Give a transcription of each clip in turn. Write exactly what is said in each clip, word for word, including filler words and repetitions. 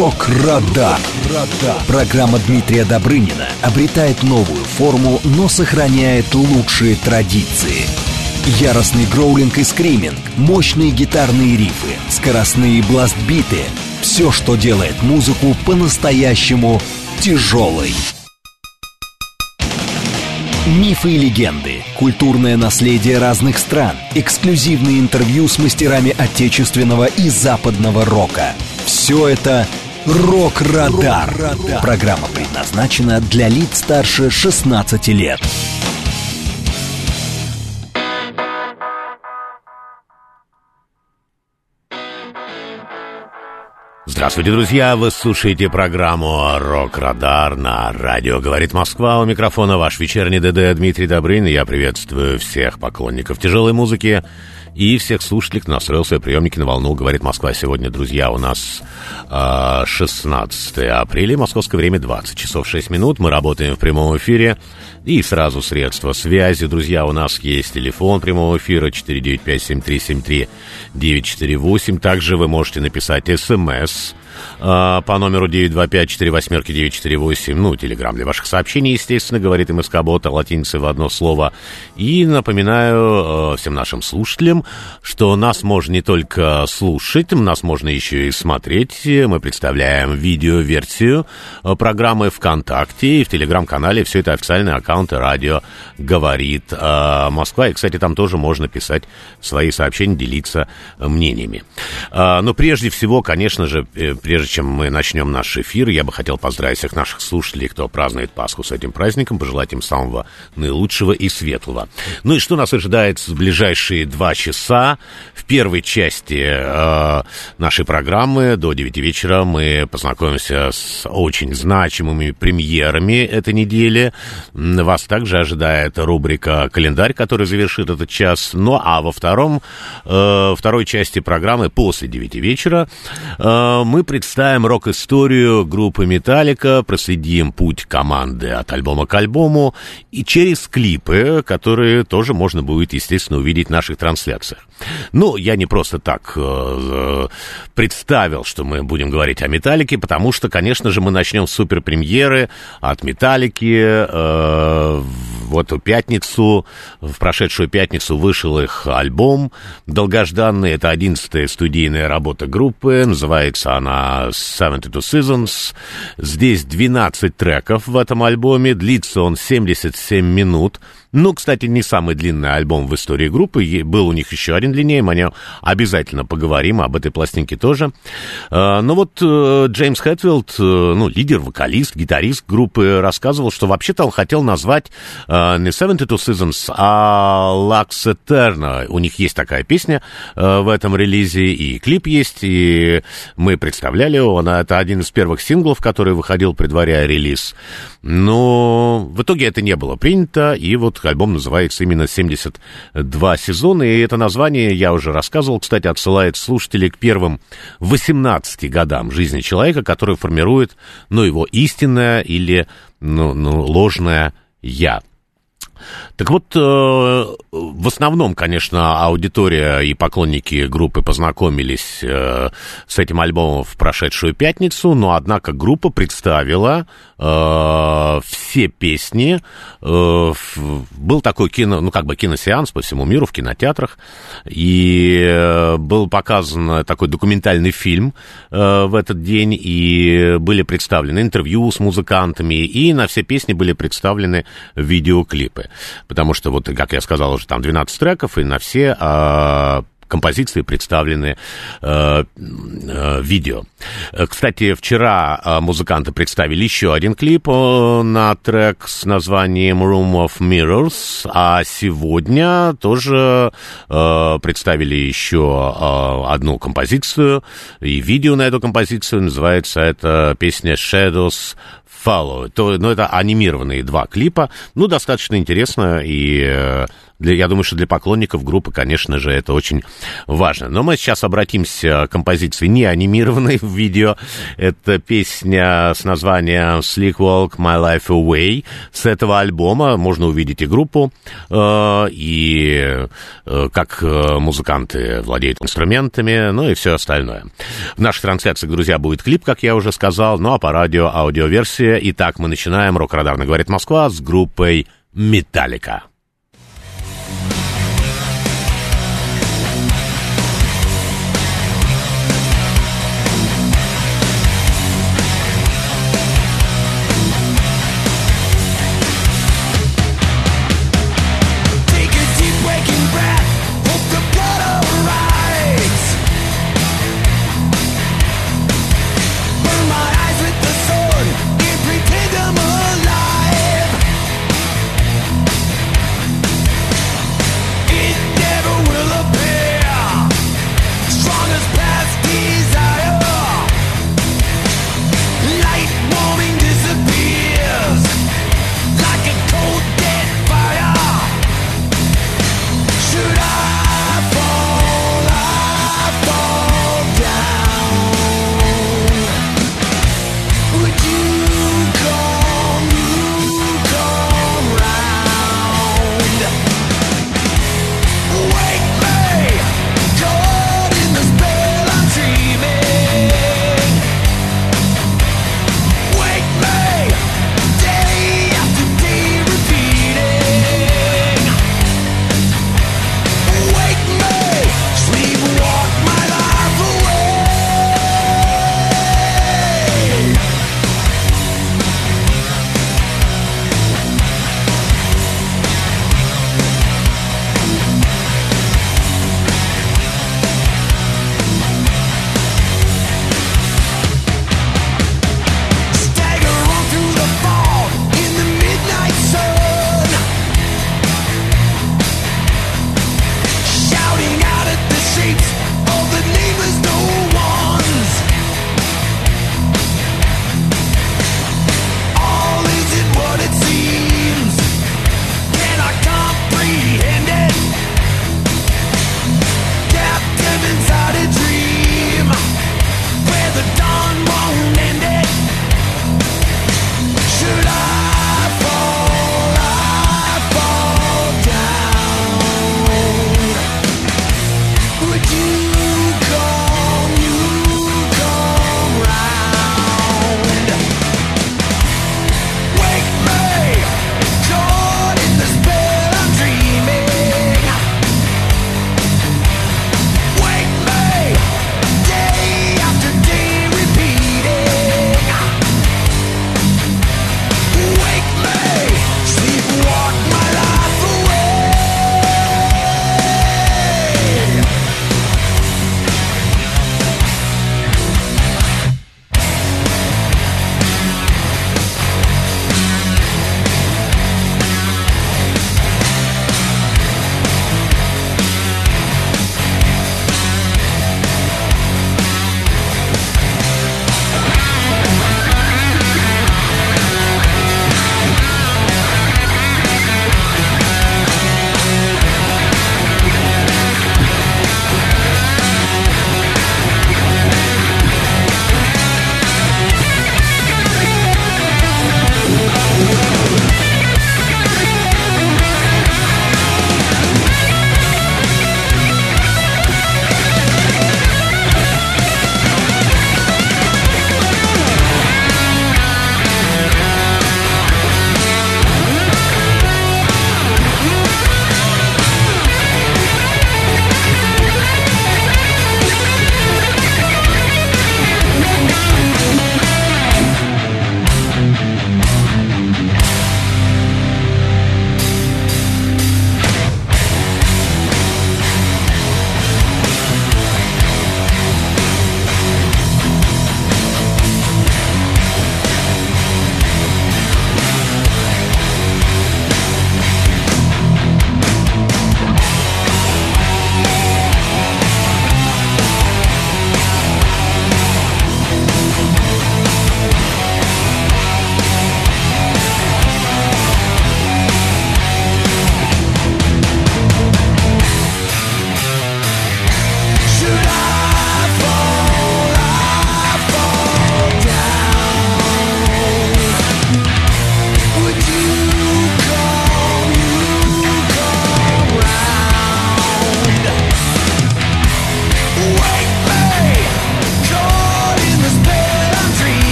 Рок-Радар. Программа Дмитрия Добрынина обретает новую форму, но сохраняет лучшие традиции. Яростный гроулинг и скриминг, мощные гитарные рифы, скоростные бластбиты — все, что делает музыку по-настоящему тяжелой. Мифы и легенды, культурное наследие разных стран, эксклюзивные интервью с мастерами отечественного и западного рока. Все это «Рок-Радар». Рок-Радар. Программа предназначена для лиц старше шестнадцати лет. Здравствуйте, друзья! Вы слушаете программу «Рок-Радар» на радио «Говорит Москва». У микрофона ваш вечерний ДД Дмитрий Добрынин. Я приветствую всех поклонников тяжелой музыки и всех слушателей, кто настроил свои приемники на волну «Говорит Москва». Сегодня, друзья, у нас э, шестнадцатое апреля, московское время двадцать часов шесть минут. Мы работаем в прямом эфире. И сразу средства связи. Друзья, у нас есть телефон прямого эфира четыре девять пять семь три семь три девять четыре восемь. Также вы можете написать смс э, по номеру девять два пять четыре восемь девять четыре восемь. Ну, телеграм для ваших сообщений, естественно, говорит МСК-бот, латиницей в одно слово. И напоминаю э, всем нашим слушателям, что нас можно не только слушать, нас можно еще и смотреть. Мы представляем видеоверсию программы ВКонтакте и в телеграм-канале. Все это официальный аккаунт радио «Говорит э, Москва». И, кстати, там тоже можно писать свои сообщения, делиться мнениями. Э, но прежде всего, конечно же, э, прежде чем мы начнем наш эфир, я бы хотел поздравить всех наших слушателей, кто празднует Пасху, с этим праздником, пожелать им самого наилучшего и светлого. Ну и что нас ожидает в ближайшие два часа? В первой части э, нашей программы до девяти вечера мы познакомимся с очень значимыми премьерами этой недели. Вас также ожидает рубрика «Календарь», который завершит этот час. Ну, а во втором, э, второй части программы после девяти вечера э, мы представим рок-историю группы «Металлика», проследим путь команды от альбома к альбому и через клипы, которые тоже можно будет, естественно, увидеть в наших трансляциях. Ну, я не просто так э, представил, что мы будем говорить о «Металлике», потому что, конечно же, мы начнем с суперпремьеры от «Металлики». Э, в эту пятницу, в прошедшую пятницу вышел их альбом долгожданный. Это одиннадцатая студийная работа группы. Называется она «seventy two Seasons». Здесь двенадцать треков в этом альбоме. Длится он семьдесят семь минут. Ну, кстати, не самый длинный альбом в истории группы. Был у них еще один длиннее. Мы о нем обязательно поговорим, об этой пластинке тоже. Но вот Джеймс Хэтфилд, ну, лидер, вокалист, гитарист группы, рассказывал, что вообще-то он хотел назвать не seventy two Seasons, а Lux Eterna. У них есть такая песня в этом релизе, и клип есть, и мы представляли его. Это один из первых синглов, который выходил, предваряя релиз. Но в итоге это не было принято, и вот альбом называется именно «семьдесят два сезона», и это название, я уже рассказывал, кстати, отсылает слушателей к первым восемнадцати годам жизни человека, который формирует, ну, его истинное или, ну, ну ложное «я». Так вот, э, в основном, конечно, аудитория и поклонники группы познакомились э, с этим альбомом в прошедшую пятницу, но, однако, группа представила э, все песни. Э, был такой кино, ну, как бы киносеанс по всему миру в кинотеатрах, и э, был показан такой документальный фильм э, в этот день, и были представлены интервью с музыкантами, и на все песни были представлены видеоклипы. Потому что, вот, как я сказал, уже там двенадцать треков, и на все а, композиции представлены а, а, видео. Кстати, вчера а, музыканты представили еще один клип а, на трек с названием «Room of Mirrors», а сегодня тоже а, представили еще а, одну композицию, и видео на эту композицию. Называется эта песня «Shadows Follow. То, ну, это анимированные два клипа. Ну, достаточно интересно, и для, я думаю, что для поклонников группы, конечно же, это очень важно. Но мы сейчас обратимся к композиции не анимированной в видео. Это песня с названием Sleek Walk My Life Away. С этого альбома можно увидеть и группу, э, и э, как музыканты владеют инструментами, ну и все остальное. В наших трансляциях, друзья, будет клип, как я уже сказал, ну а по радио аудиоверсия. Итак, мы начинаем. Рок-радар на «Говорит Москва» с группой «Металлика». Pretend I'm alive.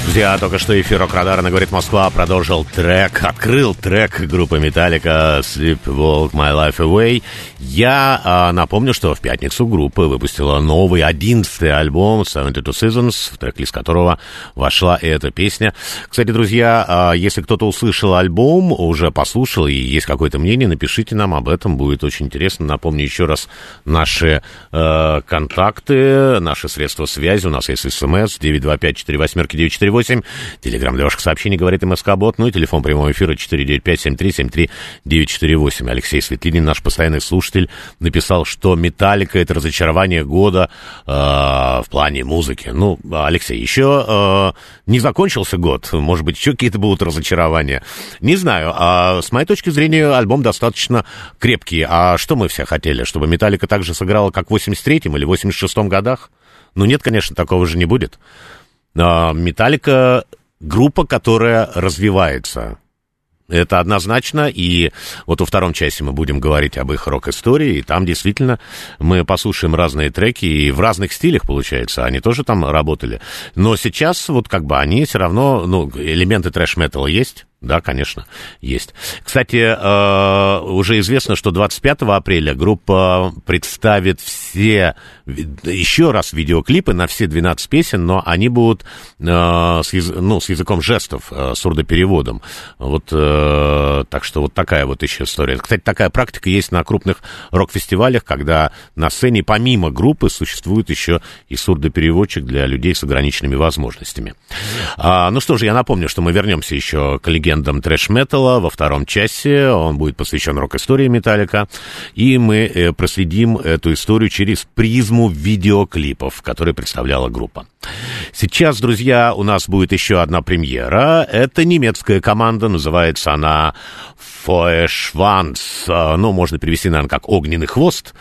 Друзья, только что эфир Рок-Радара на «Говорит Москва» продолжил трек, открыл трек группы Metallica «Sleep Walk My Life Away». Я а, напомню, что в пятницу группа выпустила новый одиннадцатый альбом «семьдесят два Seasons», в трек-лист которого вошла эта песня. Кстати, друзья, а, если кто-то услышал альбом, уже послушал и есть какое-то мнение, напишите нам об этом, будет очень интересно. Напомню еще раз наши э, контакты, наши средства связи. У нас есть смс девять два пять четыре восемь девять четыре восемь. Телеграм для ваших сообщений «Говорит МСК-бот», ну и телефон прямого эфира четыре девять пять семь три семь три девять четыре восемь. Алексей Светлинин, наш постоянный слушатель, написал, что «Металлика» — это разочарование года э, в плане музыки. Ну, Алексей, еще э, не закончился год, может быть, еще какие-то будут разочарования. Не знаю, а с моей точки зрения альбом достаточно крепкий. А что мы все хотели, чтобы «Металлика» так же сыграла, как в восемьдесят третьем или восемьдесят шестом годах? Ну нет, конечно, такого же не будет. «Металлика» — группа, которая развивается. Это однозначно, и вот во втором часе мы будем говорить об их рок-истории, и там действительно мы послушаем разные треки, и в разных стилях, получается, они тоже там работали. Но сейчас вот как бы они все равно, ну, элементы трэш-металла есть. Да, конечно, есть. Кстати, э, уже известно, что двадцать пятого апреля группа представит все, еще раз видеоклипы на все двенадцать песен, но они будут э, с, яз, ну, с языком жестов, э, сурдопереводом. Вот, э, так что вот такая вот еще история. Кстати, такая практика есть на крупных рок-фестивалях, когда на сцене помимо группы существует еще и сурдопереводчик для людей с ограниченными возможностями. А, ну что же, я напомню, что мы вернемся еще к легенде трэш-металла во втором часе. Он будет посвящен рок-истории Металлика. И мы э, проследим эту историю через призму видеоклипов, которые представляла группа. Сейчас, друзья, у нас будет еще одна премьера. Это немецкая команда, называется она Feuerschwanz. Ну, можно перевести, наверное, как «Огненный хвост».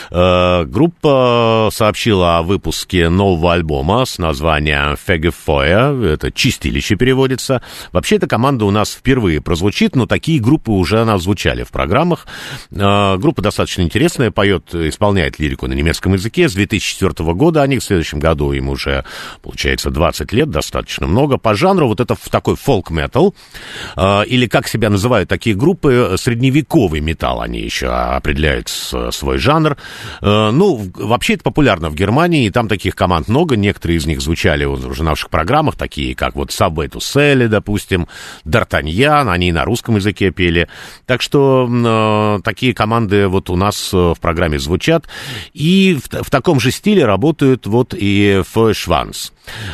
Группа сообщила о выпуске нового альбома с названием Fegefeuer. Это «Чистилище» переводится. Вообще, эта команда у нас впервые прозвучит, но такие группы уже она звучали в программах. Группа достаточно интересная, поет, исполняет лирику на немецком языке. С две тысячи четвёртого года они, в следующем году им уже, получается, двадцать лет, достаточно много. По жанру вот это такой фолк-метал, или, как себя называют такие группы, средневековый металл, они еще определяют свой жанр. Ну, вообще это популярно в Германии, и там таких команд много, некоторые из них звучали уже в наших программах, такие как вот Subway to Sally, допустим, Д'Артаньян, они и на русском языке пели. Так что э, такие команды вот у нас в программе звучат. И в, в таком же стиле работают вот и Feuerschwanz.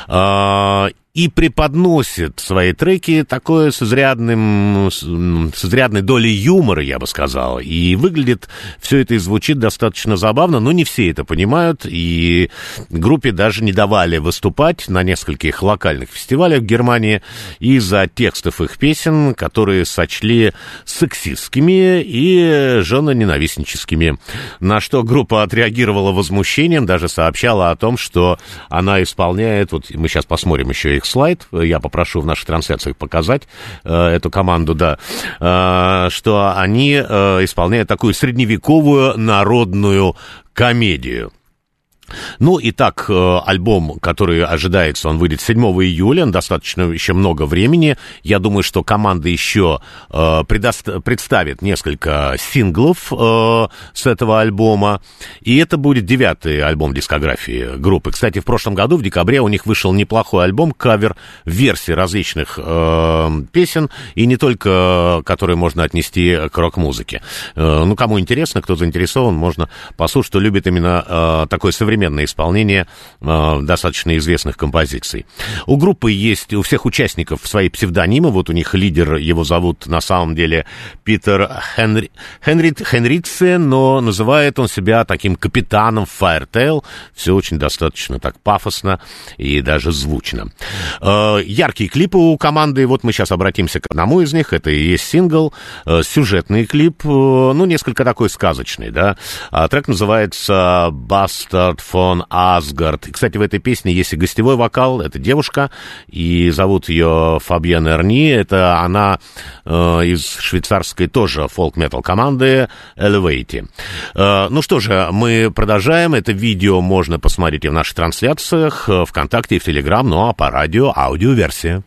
Э, и преподносит свои треки такое с изрядным, с изрядной долей юмора, я бы сказал. И выглядит все это и звучит достаточно забавно, но не все это понимают. И группе даже не давали выступать на нескольких локальных фестивалях в Германии из-за текстов их песен, которые сочли сексистскими и женоненавистническими. На что группа отреагировала возмущением, даже сообщала о том, что она исполняет... Вот мы сейчас посмотрим еще их слайд, я попрошу в наших трансляциях показать э, эту команду, да, э, что они э, исполняют такую средневековую народную комедию. Ну, и так, альбом, который ожидается, он выйдет седьмого июля, достаточно еще много времени. Я думаю, что команда еще э, предост... представит несколько синглов э, с этого альбома. И это будет девятый альбом дискографии группы. Кстати, в прошлом году, в декабре, у них вышел неплохой альбом, кавер-версии различных э, песен, и не только, которые можно отнести к рок-музыке. Э, ну, кому интересно, кто заинтересован, можно послушать, кто любит именно э, такой современный исполнение э, достаточно известных композиций. У группы есть, у всех участников свои псевдонимы. Вот у них лидер, его зовут на самом деле Питер Хенри, Хенри, Хенрице, но называет он себя таким капитаном Firetail. Все очень достаточно так пафосно и даже звучно. Э, яркие клипы у команды. Вот мы сейчас обратимся к одному из них. Это и есть сингл, э, сюжетный клип, э, ну, несколько такой сказочный, да. А трек называется Bastard фон Асгард. И, кстати, в этой песне есть и гостевой вокал. Это девушка, и зовут ее Фабьен Эрни. Это она э, из швейцарской тоже фолк-метал команды Elevate. Э, ну что же, мы продолжаем. Это видео можно посмотреть и в наших трансляциях, ВКонтакте и в Телеграм, ну а по радио аудиоверсия.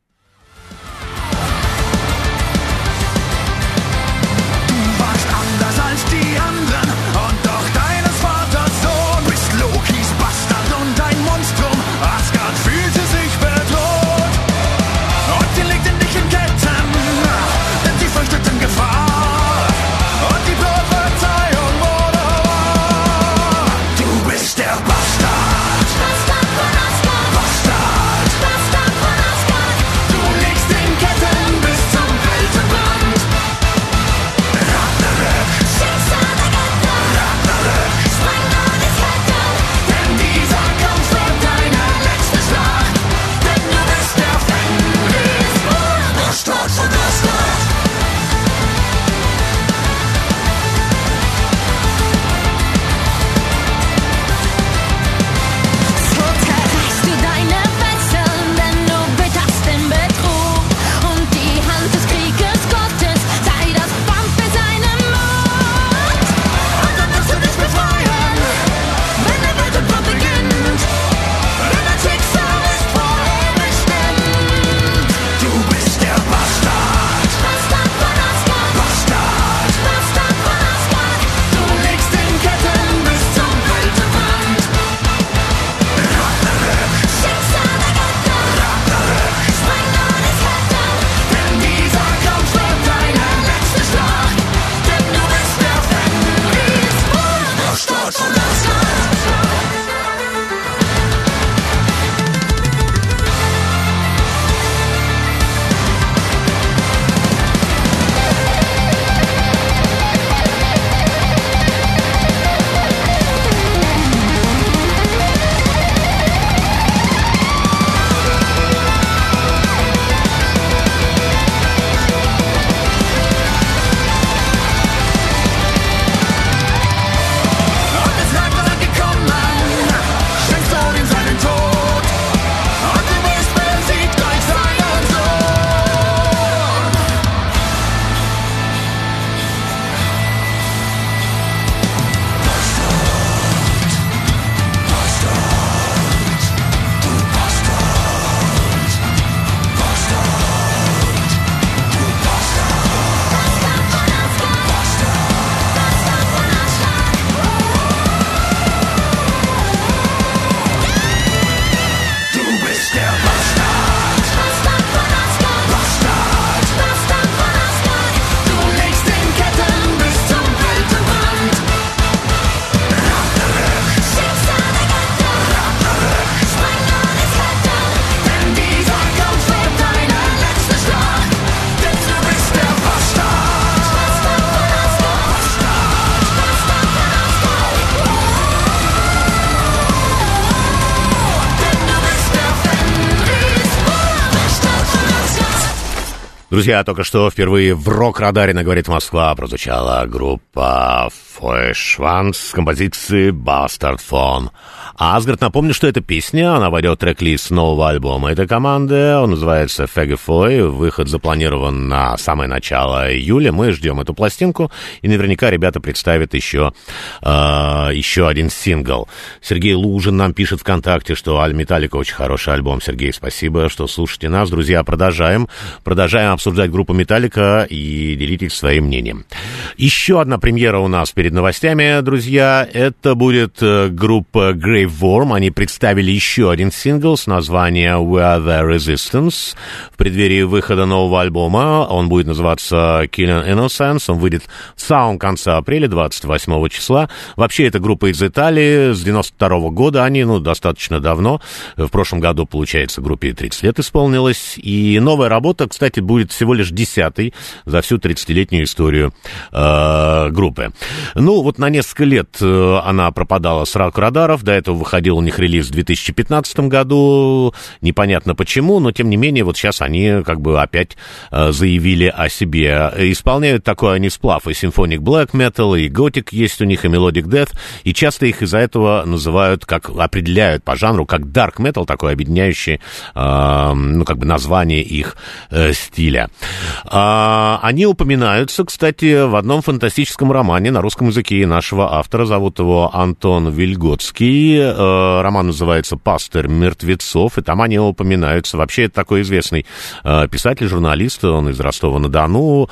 Друзья, только что впервые в рок-радаре на «Говорит Москва» прозвучала группа Feuerschwanz с композицией «Bastard von Asgard». Напомню, что эта песня, она войдет в трек-лист нового альбома этой команды. Он называется «Fegefeu». Выход запланирован на самое начало июля. Мы ждем эту пластинку. И наверняка ребята представят еще, э, еще один сингл. Сергей Лужин нам пишет ВКонтакте, что «Аль Металлика» очень хороший альбом. Сергей, спасибо, что слушаете нас. Друзья, продолжаем. Продолжаем обсуждать группу «Металлика» и делитесь своим мнением. Еще одна премьера у нас перед новостями, друзья. Это будет группа Grave Worm. Они представили еще один сингл с названием We Are The Resistance в преддверии выхода нового альбома. Он будет называться Killing Innocence. Он выйдет в самом конце апреля, двадцать восьмого числа. Вообще, это группа из Италии с девяносто второго года. Они, ну, достаточно давно. В прошлом году, получается, группе тридцать лет исполнилось. И новая работа, кстати, будет всего лишь десятой за всю тридцатилетнюю историю э, э, группы. Ну, вот на несколько лет э, она пропадала с рок-радаров, до этого выходил у них релиз в две тысячи пятнадцатом году, непонятно почему, но, тем не менее, вот сейчас они как бы опять э, заявили о себе. Исполняют такой они сплав, и Symphonic Black Metal, и Gothic есть у них, и Melodic Death, и часто их из-за этого называют, как определяют по жанру, как Dark Metal, такой объединяющий, э, ну, как бы название их э, стиля. Э, они упоминаются, кстати, в одном фантастическом романе на русском языке нашего автора, зовут его Антон Вильготский. Э, роман называется «Пастырь мертвецов», и там они упоминаются. Вообще, это такой известный э, писатель, журналист, он из Ростова-на-Дону,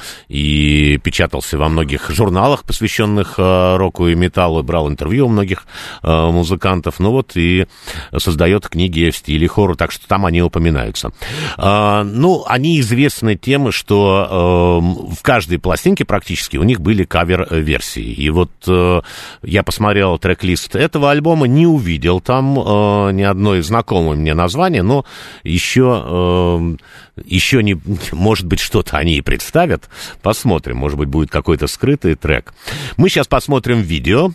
и печатался во многих журналах, посвященных э, року и металлу, брал интервью у многих э, музыкантов, ну вот, и создает книги в стиле хоррор, так что там они упоминаются. Э, ну, они известны тем, что э, в каждой пластинке практически у них были кавер-версии, и вот э, я посмотрел трек-лист этого альбома, не увидел там э, ни одной знакомой мне название, но еще, э, еще не, может быть, что-то они и представят. Посмотрим, может быть, будет какой-то скрытый трек. Мы сейчас посмотрим видео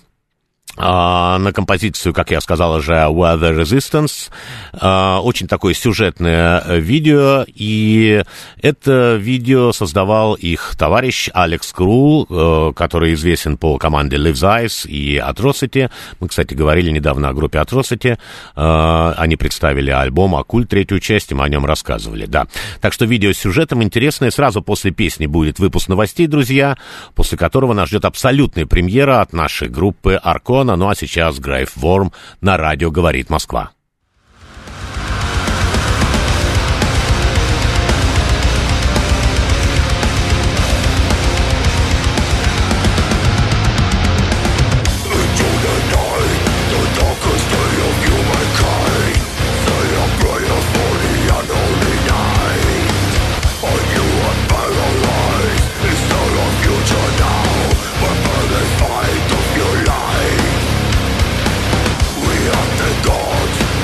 Uh, на композицию, как я сказал уже, Weather Resistance. Uh, очень такое сюжетное видео, и это видео создавал их товарищ Алекс Крул, uh, который известен по команде Lives Eyes и Atrocity. Мы, кстати, говорили недавно о группе Atrocity. Uh, они представили альбом «Оккульт», третью часть, и мы о нем рассказывали, да. Так что видео с сюжетом интересное. Сразу после песни будет выпуск новостей, друзья, после которого нас ждет абсолютная премьера от нашей группы Аркон. Ну а сейчас Grave Worm на радио «Говорит Москва». We have the gods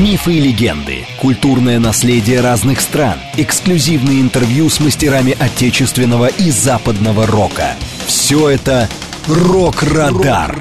Мифы и легенды, культурное наследие разных стран, эксклюзивные интервью с мастерами отечественного и западного рока. Все это «Рок-Радар».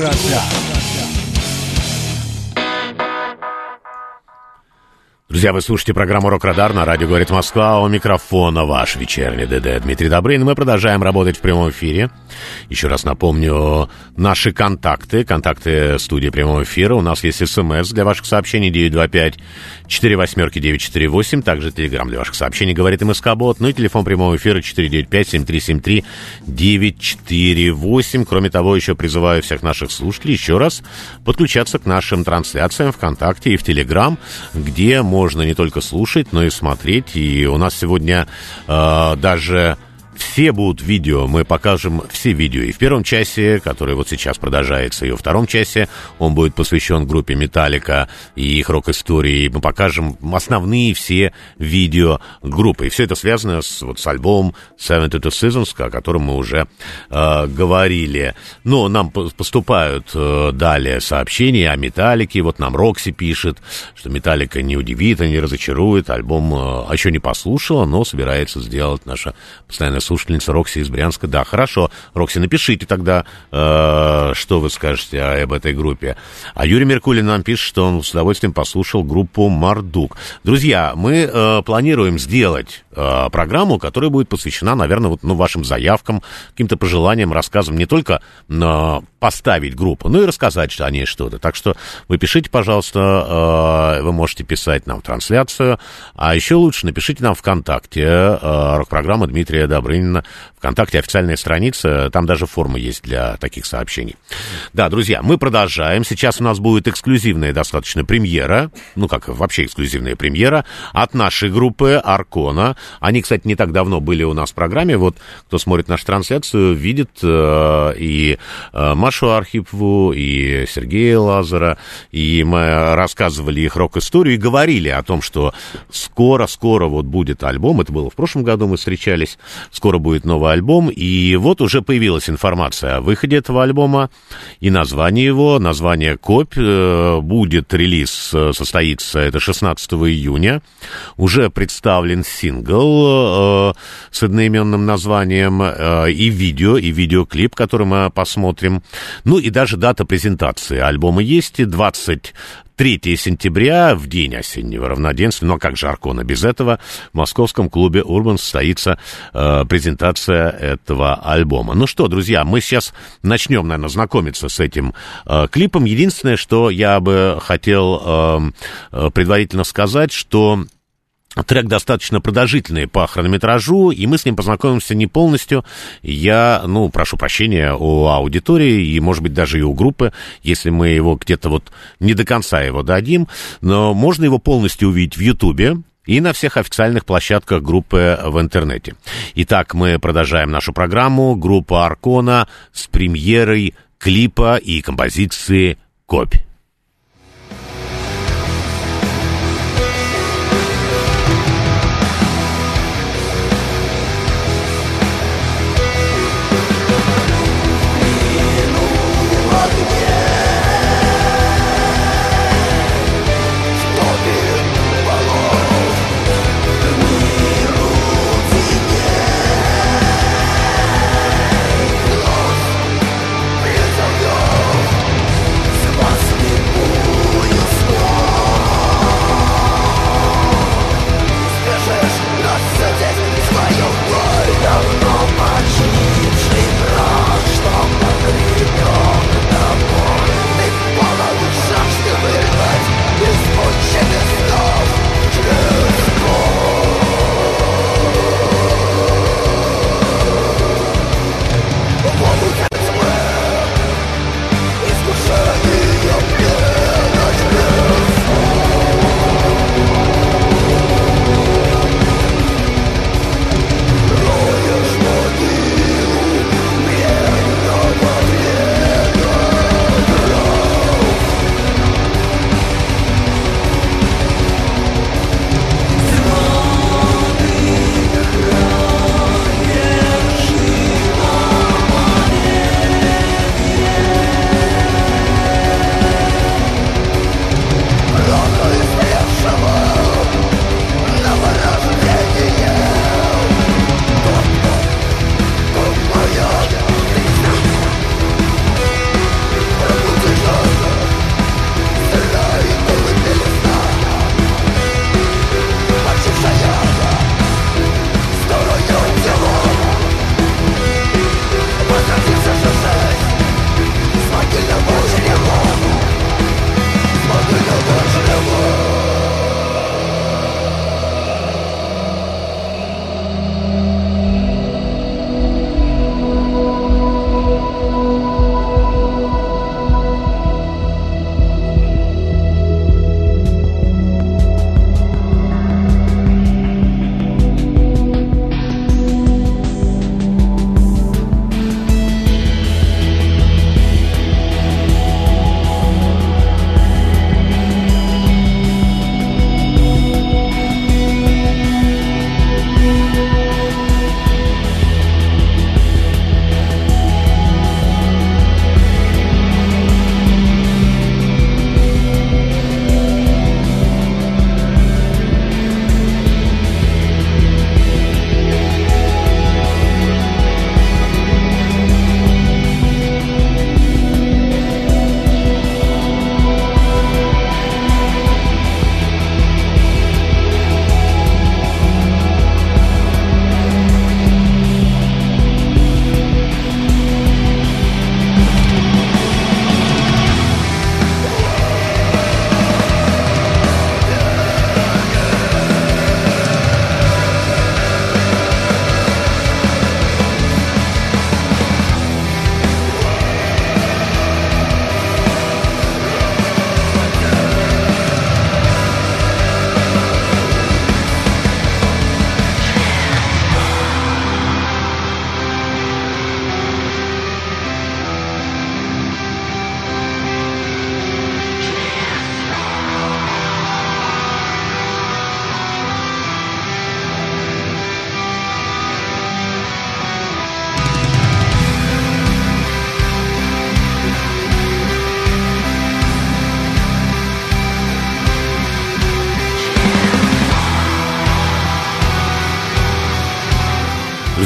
Друзья, вы слушаете программу «Рок-Радар» на радио «Говорит Москва». У микрофона ваш вечерний ДД Дмитрий Добрынин. Мы продолжаем работать в прямом эфире. Еще раз напомню наши контакты. Контакты студии прямого эфира. У нас есть СМС для ваших сообщений девять два пять четыре восемь девять четыре восемь. Также телеграм для ваших сообщений «Говорит МСК-бот». Ну и телефон прямого эфира четыре девять пять семь три семь три девять четыре восемь. Кроме того, еще призываю всех наших слушателей еще раз подключаться к нашим трансляциям ВКонтакте и в Телеграм, где можно Можно не только слушать, но и смотреть. И у нас сегодня э, даже все будут видео. Мы покажем все видео. И в первом часе, который вот сейчас продолжается, и во втором часе он будет посвящен группе Metallica и их рок-истории. Мы покажем основные все видео группы. И все это связано с, вот, с альбомом seventy two Seasons, о котором мы уже э, говорили. Но нам поступают э, далее сообщения о Металлике. Вот нам Рокси пишет, что Металлика не удивит и не разочарует. Альбом э, еще не послушала, но собирается сделать наша постоянная слушательница Рокси из Брянска. Да, хорошо. Рокси, напишите тогда, э, что вы скажете об этой группе. А Юрий Меркулин нам пишет, что он с удовольствием послушал группу Мардук. Друзья, мы э, планируем сделать э, программу, которая будет посвящена, наверное, вот, ну, вашим заявкам, каким-то пожеланиям, рассказам. Не только э, поставить группу, но и рассказать что о ней что-то. Так что вы пишите, пожалуйста, э, вы можете писать нам в трансляцию, а еще лучше напишите нам ВКонтакте, э, рок-программа Дмитрия Добрынина. ВКонтакте официальная страница, там даже форма есть для таких сообщений. Да, друзья, мы продолжаем. Сейчас у нас будет эксклюзивная достаточно премьера, ну как вообще эксклюзивная премьера от нашей группы Аркона. Они, кстати, не так давно были у нас в программе. Вот кто смотрит нашу трансляцию, видит э, и э, Машу Архипову, и Сергея Лазара, и мы рассказывали их рок-историю и говорили о том, что скоро-скоро вот будет альбом. Это было в прошлом году, мы встречались. Скоро будет новый альбом, и вот уже появилась информация о выходе этого альбома и название его, название «Копь». Будет релиз, состоится это шестнадцатого июня. Уже представлен сингл э, с одноименным названием э, и видео, и видеоклип, который мы посмотрим. Ну и даже дата презентации альбома есть, двадцать третьего сентября, в день осеннего равноденствия, но как же Аркона без этого, в московском клубе «Урбан» состоится э, презентация этого альбома. Ну что, друзья, мы сейчас начнем, наверное, знакомиться с этим э, клипом. Единственное, что я бы хотел э, э, предварительно сказать, что трек достаточно продолжительный по хронометражу, и мы с ним познакомимся не полностью. Я, ну, прошу прощения у аудитории, и, может быть, даже и у группы, если мы его где-то вот не до конца его дадим, но можно его полностью увидеть в Ютубе и на всех официальных площадках группы в интернете. Итак, мы продолжаем нашу программу. Группа Аркона с премьерой клипа и композиции «Копь». Спасибо.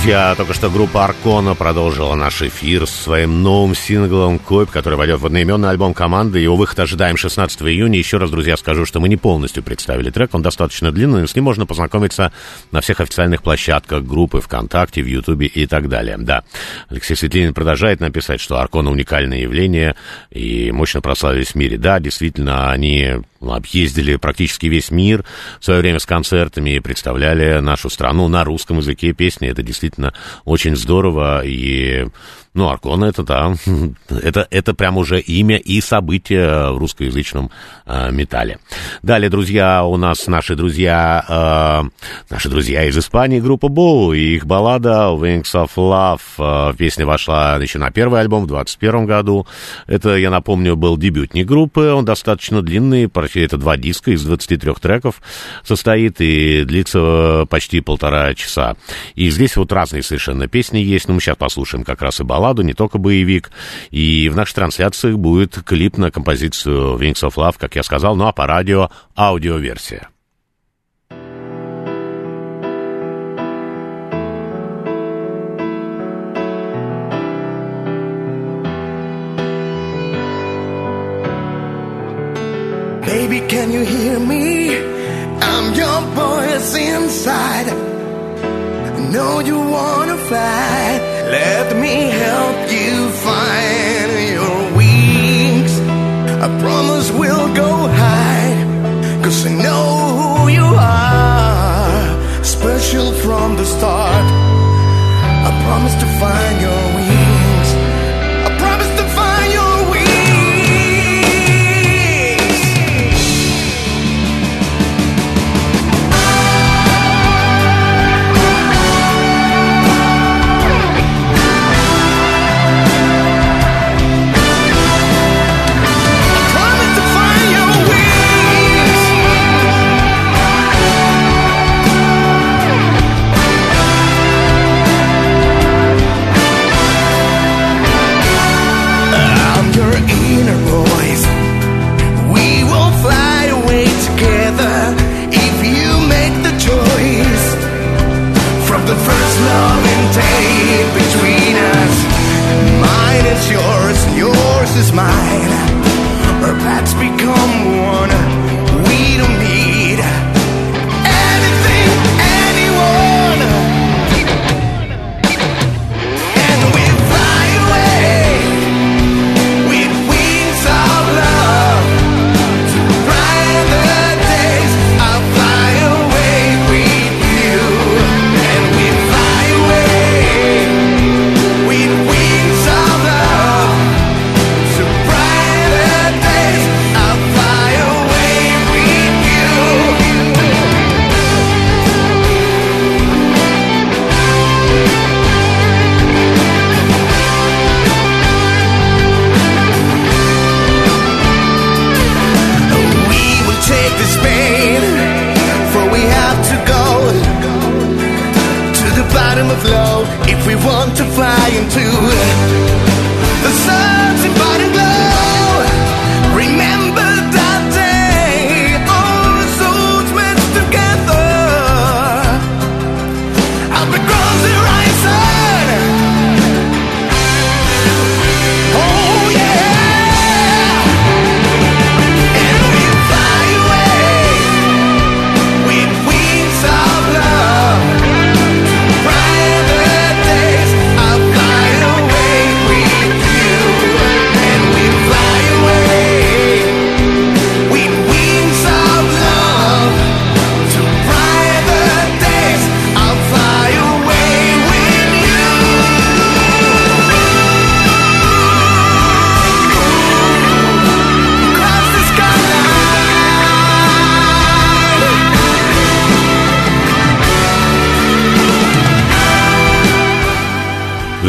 Друзья, только что группа Аркона продолжила наш эфир с своим новым синглом «Койп», который войдет в одноименный альбом команды. Его выход ожидаем шестнадцатого июня. Еще раз, друзья, скажу, что мы не полностью представили трек. Он достаточно длинный, с ним можно познакомиться на всех официальных площадках группы ВКонтакте, в Ютубе и так далее. Да, Алексей Светлинин продолжает написать, что Аркона уникальное явление и мощно прославились в мире. Да, действительно, они объездили практически весь мир в свое время с концертами и представляли нашу страну на русском языке песни. Это действительно очень здорово. И, ну, Аркона это, да, это, это прям уже имя и событие в русскоязычном э, металле. Далее, друзья, у нас наши друзья, э, наши друзья из Испании, группа Боу, и их баллада Wings of Love. Э, песня вошла еще на первый альбом в двадцать первом году. Это, я напомню, был дебютник группы. Он достаточно длинный, это два диска из двадцати трёх треков состоит и длится почти полтора часа. И здесь вот разные совершенно песни есть, но мы сейчас послушаем как раз и балладу, не только боевик. И в наших трансляциях будет клип на композицию Wings of Love, как я сказал, ну а по радио аудиоверсия. Baby, can you hear me? I'm your voice inside. I know you wanna fight. Let me help you find your wings. I promise we'll go high, 'cause I know who you are. Special from the start. I promise to find your wings. I promise to find your wings. Is mine. Our paths become one. We don't need anything, anyone. And we fly away with wings of love to brighter days. I'll fly away with you. And we fly away with wings of love. Brighter days, I'll fly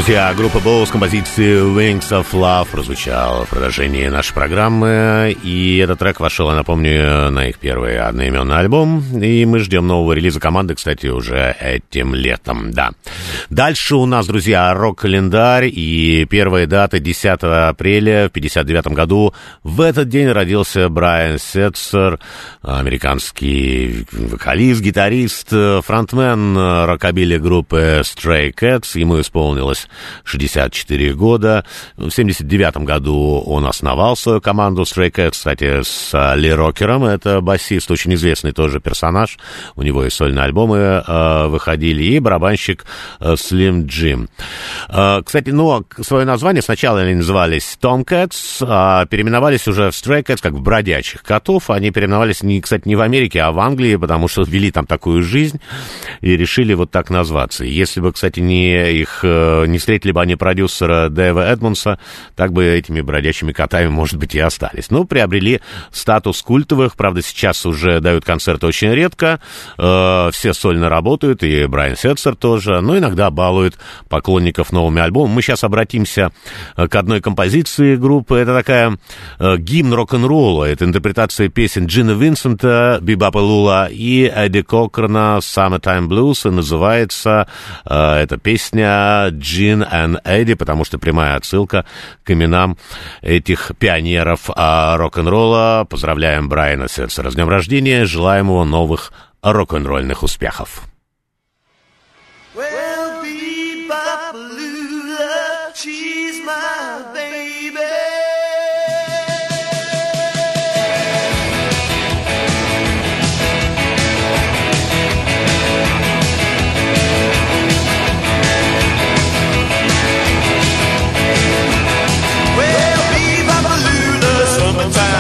Друзья, группа Bow с композицией Wings of Love прозвучала в продолжении нашей программы. И этот трек вошел, я напомню, на их первый одноименный альбом. И мы ждем нового релиза команды, кстати, уже этим летом, да. Дальше у нас, друзья, рок-календарь. И первая дата десятого апреля в пятьдесят девятом году. В этот день родился Брайан Сетцер, американский вокалист, гитарист, фронтмен рокобили группы Stray Cats. Ему исполнилось шестьдесят четыре года. В семьдесят девятом году он основал свою команду Stray Cats, кстати, с Ли Рокером. Это басист, очень известный тоже персонаж. У него и сольные альбомы э, выходили, и барабанщик э, Slim Jim. Э, кстати, ну, свое название сначала они назывались Tomcats, а переименовались уже в Stray Cats, как в бродячих котов. Они переименовались, не, кстати, не в Америке, а в Англии, потому что вели там такую жизнь и решили вот так назваться. Если бы, кстати, не их не встретили бы они продюсера Дэйва Эдмонса, так бы этими бродячими котами, может быть, и остались. Ну, приобрели статус культовых, правда, сейчас уже дают концерты очень редко, э, все сольно работают, и Брайан Сетцер тоже, но иногда балуют поклонников новыми альбомами. Мы сейчас обратимся к одной композиции группы, это такая э, гимн рок-н-ролла, это интерпретация песен Джина Винсента, Бибапа Лула и Эдди Кокрена Summertime Blues, и называется э, эта песня Джин и Эдди, потому что прямая отсылка к именам этих пионеров а, рок-н-ролла. Поздравляем Брайана Сетцера с днем рождения, желаем ему новых рок-н-ролльных успехов. Well, Bebop-a-Lula, she's my baby.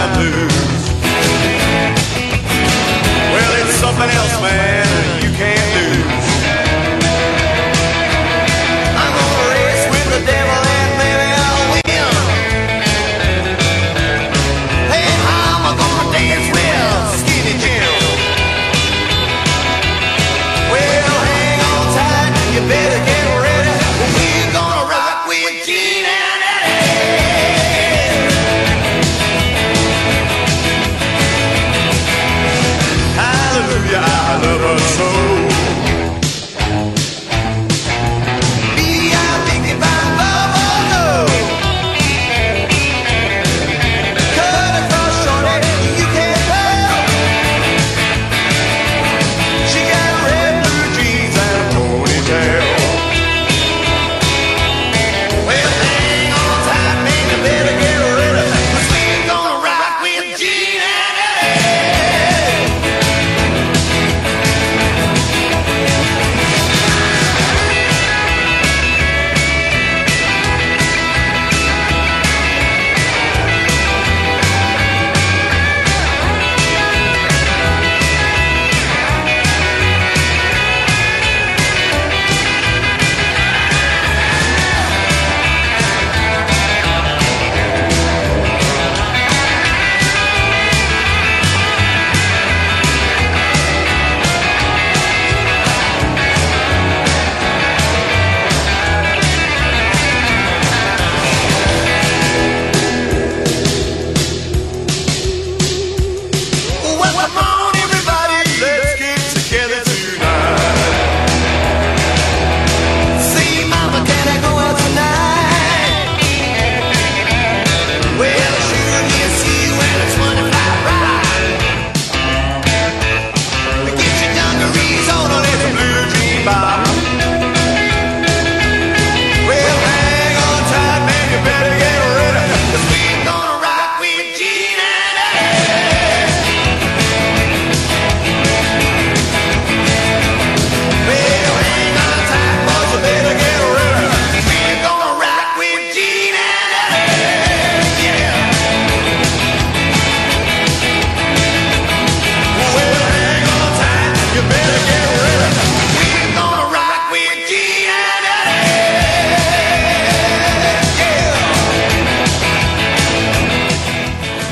Something else, man, you can't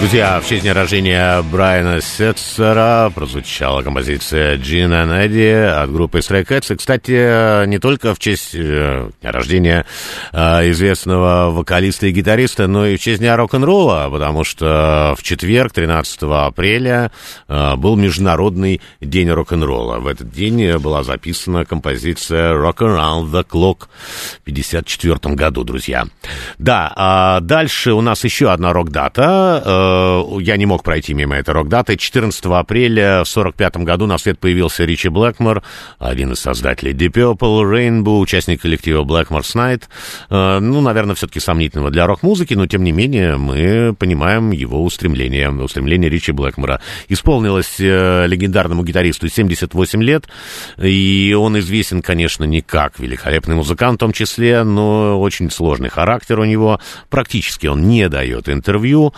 Друзья, в честь дня рождения Брайана Сетцера прозвучала композиция «Gin and Eddie» от группы Stray Cats. И, кстати, не только в честь дня рождения известного вокалиста и гитариста, но и в честь дня рок-н-ролла, потому что в четверг, тринадцатого апреля, был Международный день рок-н-ролла. В этот день была записана композиция «Rock Around the Clock» в пятьдесят четвёртом году, друзья. Да, а дальше у нас еще одна рок-дата. Я не мог пройти мимо этой рок-даты. четырнадцатого апреля в сорок пятом году на свет появился Ричи Блэкмор, один из создателей Deep Purple, Rainbow, участник коллектива Blackmore's Night. Ну, наверное, все-таки сомнительного для рок-музыки, но, тем не менее, мы понимаем его устремление, устремление Ричи Блэкмора. Исполнилось легендарному гитаристу семьдесят восемь лет, и он известен, конечно, не как великолепный музыкант в том числе, но очень сложный характер у него. Практически он не дает интервью.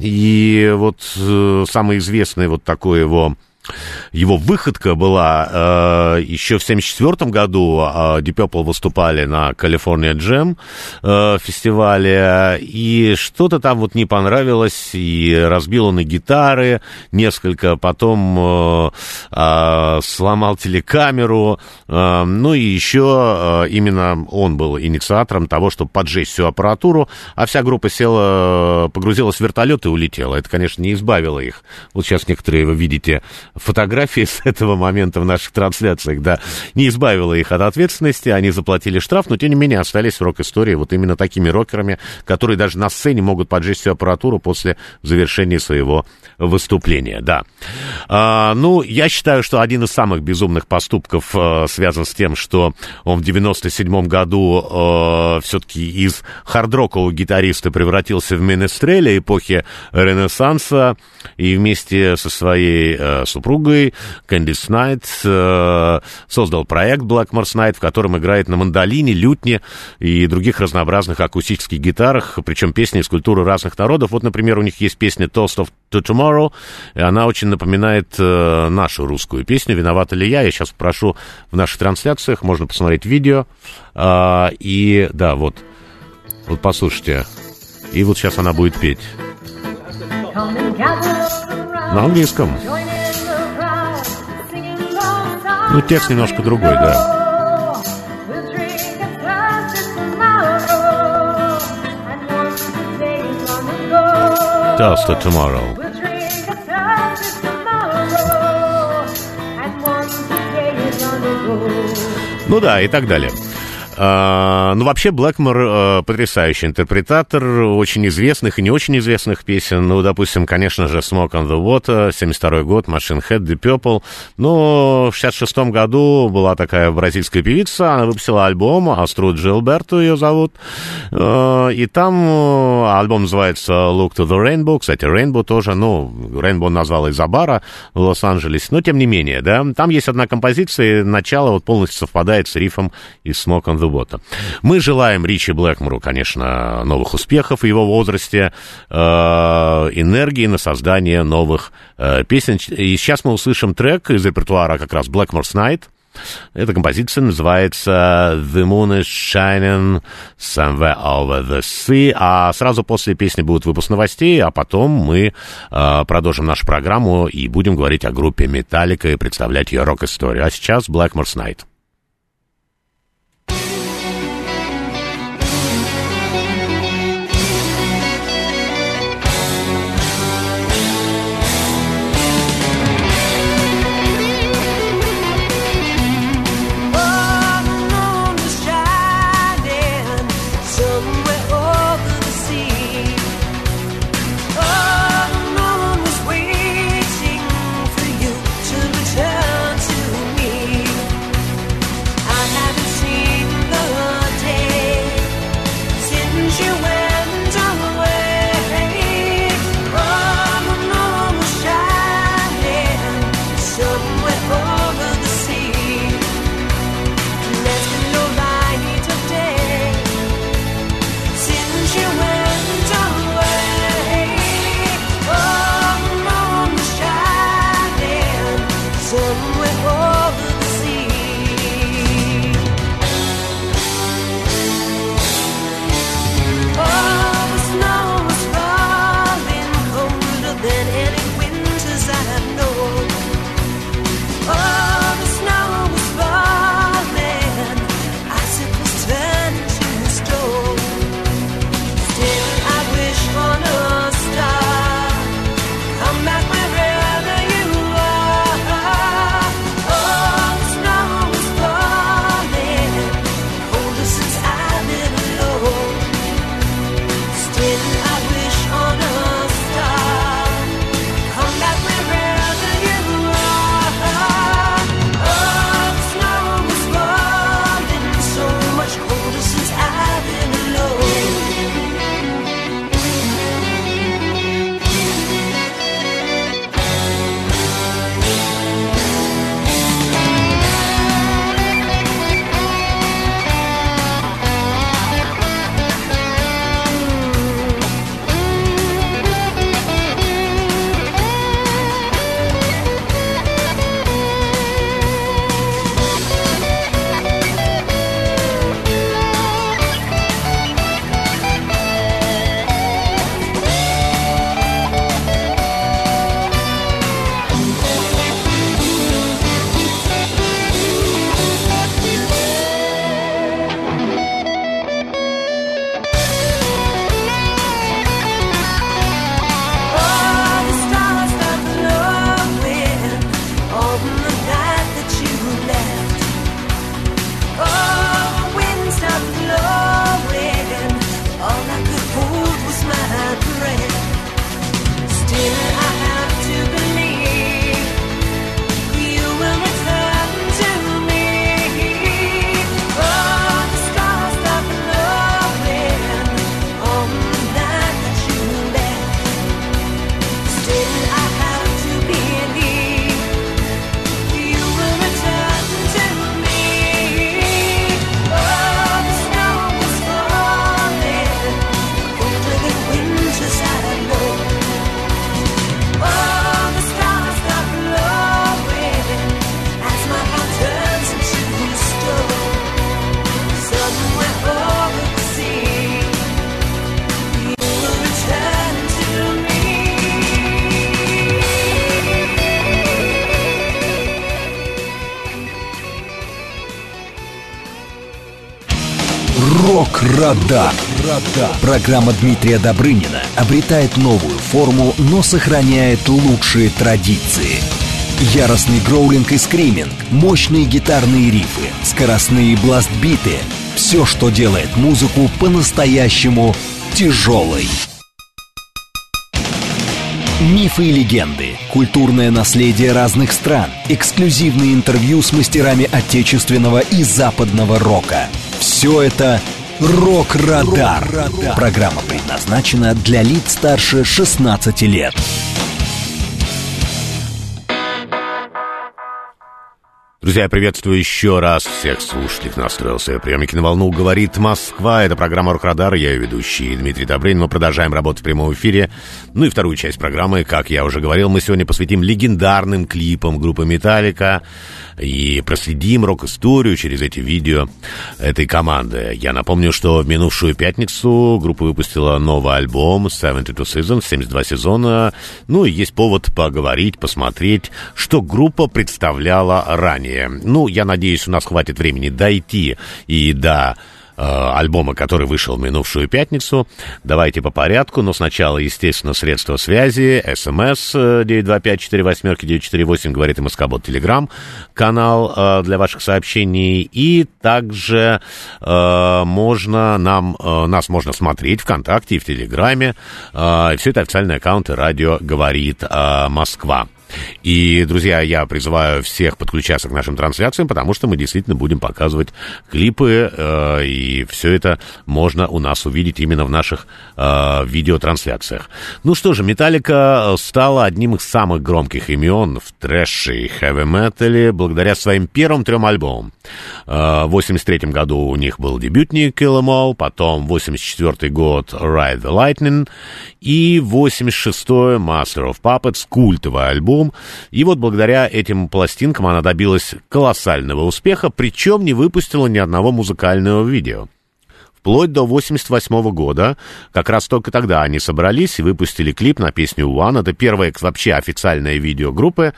И вот э, самый известный вот такой его... Его выходка была э, еще в семьдесят четвёртом году. э, Deep Purple выступали на California Jam э, фестивале, и что-то там вот не понравилось, и разбил он и гитары несколько, потом э, э, сломал телекамеру, э, ну и еще э, именно он был инициатором того, чтобы поджечь всю аппаратуру, а вся группа села, погрузилась в вертолет и улетела. Это, конечно, не избавило их. Вот сейчас некоторые вы видите фотографии с этого момента в наших трансляциях, да, не избавило их от ответственности, они заплатили штраф, но, тем не менее, остались в рок-истории вот именно такими рокерами, которые даже на сцене могут поджечь всю аппаратуру после завершения своего выступления, да. А, ну, я считаю, что один из самых безумных поступков а, связан с тем, что он в девяносто седьмом году а, все-таки из хард-рокового гитариста превратился в менестреля эпохи Ренессанса, и вместе со своей а, супругой Кэндис Найт э, создал проект Blackmore's Night, в котором играет на мандолине, лютне и других разнообразных акустических гитарах, причем песни из культуры разных народов. Вот, например, у них есть песня «Toast of to Tomorrow», и она очень напоминает э, нашу русскую песню «Виновата ли я?». Я сейчас попрошу в наших трансляциях, можно посмотреть видео, э, и да, вот, вот послушайте, и вот сейчас она будет петь на английском. Ну, текст немножко другой, да. Toast to tomorrow. Ну да, и так далее. Uh, ну, вообще, Блэкмор uh, потрясающий интерпретатор очень известных и не очень известных песен. Ну, допустим, конечно же, «Smoke on the Water», семьдесят второй год, «Machine Head», «Deep Purple». Но в шестьдесят шестом году была такая бразильская певица, она выпустила альбом, Аструд Джилберту ее зовут. Uh, и там uh, альбом называется «Look to the Rainbow». Кстати, «Rainbow» тоже, ну, «Rainbow» назвала из-за бара в Лос-Анджелесе. Но, тем не менее, да, там есть одна композиция, начало вот полностью совпадает с рифом из «Smoke on the Water». Мы желаем Ричи Блэкмору, конечно, новых успехов в его возрасте, э, энергии на создание новых э, песен. И сейчас мы услышим трек из репертуара как раз Blackmore's Night. Эта композиция называется «The Moon is Shining Somewhere Over the Sea». А сразу после песни будет выпуск новостей, а потом мы э, продолжим нашу программу и будем говорить о группе Metallica и представлять ее рок-историю. А сейчас Blackmore's Night. Waiting for you to return to me. Рок-Радар. Программа Дмитрия Добрынина обретает новую форму, но сохраняет лучшие традиции. Яростный гроулинг и скриминг, мощные гитарные рифы, скоростные бласт-биты — все, что делает музыку по-настоящему тяжелой. Мифы и легенды, культурное наследие разных стран, эксклюзивные интервью с мастерами отечественного и западного рока. Все это «Рок-Радар». Программа предназначена для лиц старше шестнадцати лет. Друзья, я приветствую еще раз всех слушателей, кто настроил свои приемники на волну. «Говорит Москва». Это программа «Рок-Радар». Я ее ведущий Дмитрий Добрынин. Мы продолжаем работать в прямом эфире. Ну и вторую часть программы, как я уже говорил, мы сегодня посвятим легендарным клипам группы «Металлика» и проследим рок-историю через эти видео этой команды. Я напомню, что в минувшую пятницу группа выпустила новый альбом семьдесят два Seasons, семьдесят два сезона. Ну и есть повод поговорить, посмотреть, что группа представляла ранее. Ну, я надеюсь, у нас хватит времени дойти и до э, альбома, который вышел в минувшую пятницу. Давайте по порядку, но сначала, естественно, средства связи, СМС девять два пять четыре восемь девять четыре восемь, говорит МСК-бот, Телеграм, канал э, для ваших сообщений, и также э, можно нам, э, нас можно смотреть ВКонтакте и в Телеграме, э, все это официальные аккаунты «Радио говорит э, Москва». И, друзья, я призываю всех подключаться к нашим трансляциям, потому что мы действительно будем показывать клипы, э, и все это можно у нас увидеть именно в наших э, видеотрансляциях. Ну что же, «Металлика» стала одним из самых громких имен в трэше и хэви-метале благодаря своим первым трем альбомам. Э, в восемьдесят третьем году у них был дебютник «Kill 'Em All», потом восемьдесят четвёртый год «Ride the Lightning» и восемьдесят шестой «Master of Puppets», культовый альбом. И вот благодаря этим пластинкам она добилась колоссального успеха, причем не выпустила ни одного музыкального видео. Вплоть до восемьдесят восьмого года, как раз только тогда они собрались и выпустили клип на песню «One». Это первое вообще официальное видео группы.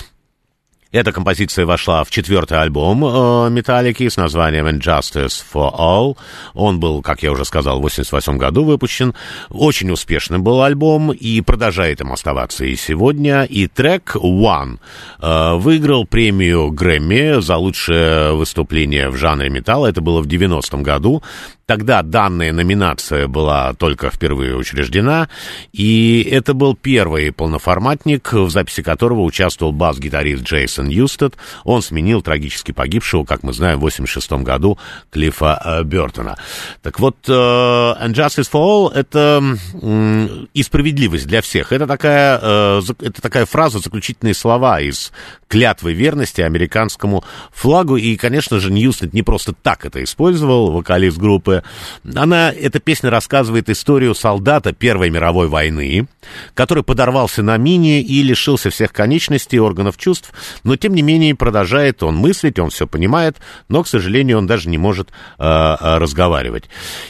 Эта композиция вошла в четвертый альбом э, «Металлики» с названием «And Justice for All». Он был, как я уже сказал, в восемьдесят восьмом году выпущен. Очень успешным был альбом и продолжает им оставаться и сегодня. И трек «One» э, выиграл премию Грэмми за лучшее выступление в жанре металла. Это было в девяностом году. Тогда данная номинация была только впервые учреждена, и это был первый полноформатник, в записи которого участвовал бас-гитарист Джейсон Ньюстед. Он сменил трагически погибшего, как мы знаем, в восемьдесят шестом году Клиффа э, Бёртона. Так вот, э, «And Justice for All» — это э, и справедливость для всех. Это такая, э, это такая фраза, заключительные слова из клятвы верности американскому флагу. И, конечно же, Ньюстед не просто так это использовал, вокалист группы. Она, эта песня рассказывает историю солдата Первой мировой войны, который подорвался на мине и лишился всех конечностей, органов чувств, но, тем не менее, продолжает он мыслить, он все понимает, но, к сожалению, он даже не может э, разговаривать.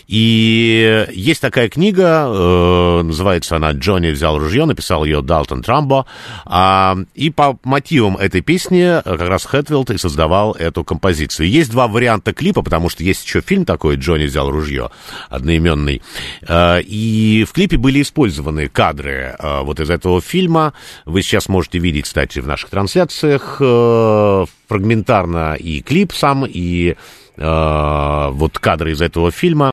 И есть такая книга, э, называется она «Джонни взял ружье», написал ее Далтон Трамбо, э, и по мотивам этой песни как раз Хэтфилд и создавал эту композицию. Есть два варианта клипа, потому что есть еще фильм такой «Джонни взял ружье», одноименный. И в клипе были использованы кадры вот из этого фильма. Вы сейчас можете видеть, кстати, в наших трансляциях фрагментарно и клип сам, и вот кадры из этого фильма.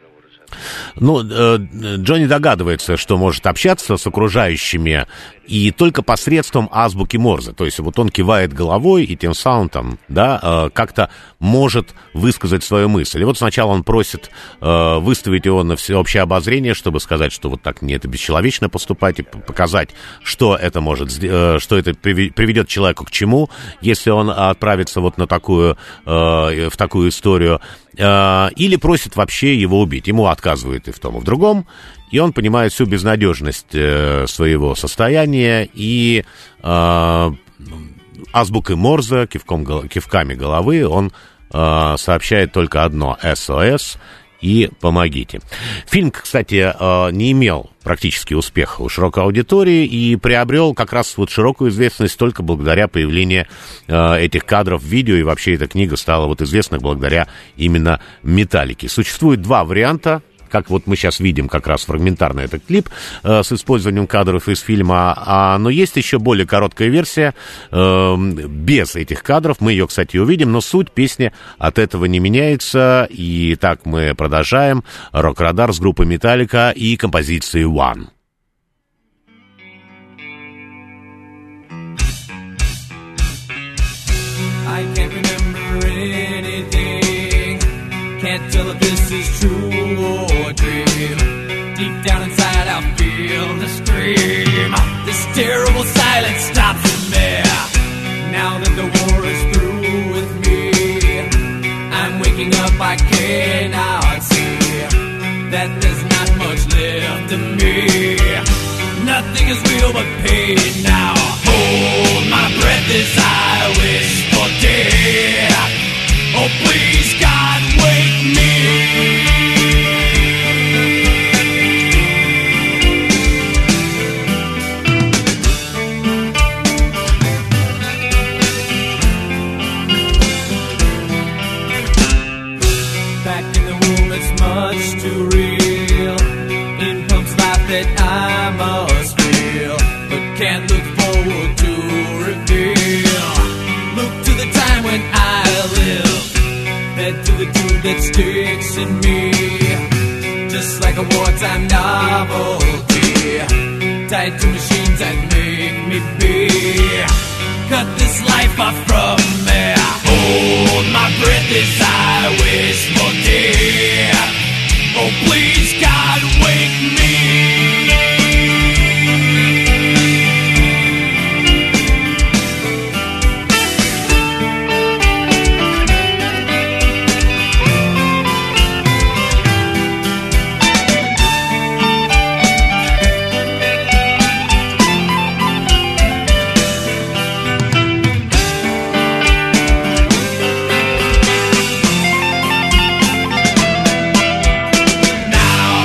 Ну, Джонни догадывается, что может общаться с окружающими и только посредством азбуки Морзе. То есть вот он кивает головой и тем самым там, да, как-то может высказать свою мысль. И вот сначала он просит выставить его на всеобщее обозрение, чтобы сказать, что вот так не это бесчеловечно поступать, и показать, что это может, что это приведет человеку к чему, если он отправится вот на такую, в такую историю. Или просит вообще его убить. Ему отказывают и в том, и в другом. И он понимает всю безнадежность своего состояния. И э, азбукой Морзе, кивком, кивками головы он э, сообщает только одно — эс о эс. и помогите. Фильм, кстати, не имел практически успеха у широкой аудитории и приобрел как раз вот широкую известность только благодаря появлению этих кадров в видео, и вообще эта книга стала вот известна благодаря именно «Металлике». Существует два варианта, как вот мы сейчас видим как раз фрагментарно этот клип э, с использованием кадров из фильма, а, но есть еще более короткая версия э, без этих кадров, мы ее, кстати, увидим, но суть песни от этого не меняется, и так мы продолжаем. Рок-радар с группой «Металлика» и композицией «One». I can't remember anything. Can't tell if this is true or dream. Deep down inside I feel the scream. This terrible silence stops in me. Now that the war is through with me, I'm waking up, I cannot see that there's not much left of me. Nothing is real but pain now. Hold my breath as I wish for death. Oh please God, wake me. Back in the womb it's much too real. It pumps life that I must feel, but can't look forward to reveal. Look to the time when I live, head to the tube that sticks in me, just like a wartime novelty, tied to machines that make me be. Cut this life off from me. Hold my breath as I wish for death. Oh please God, wake me. Now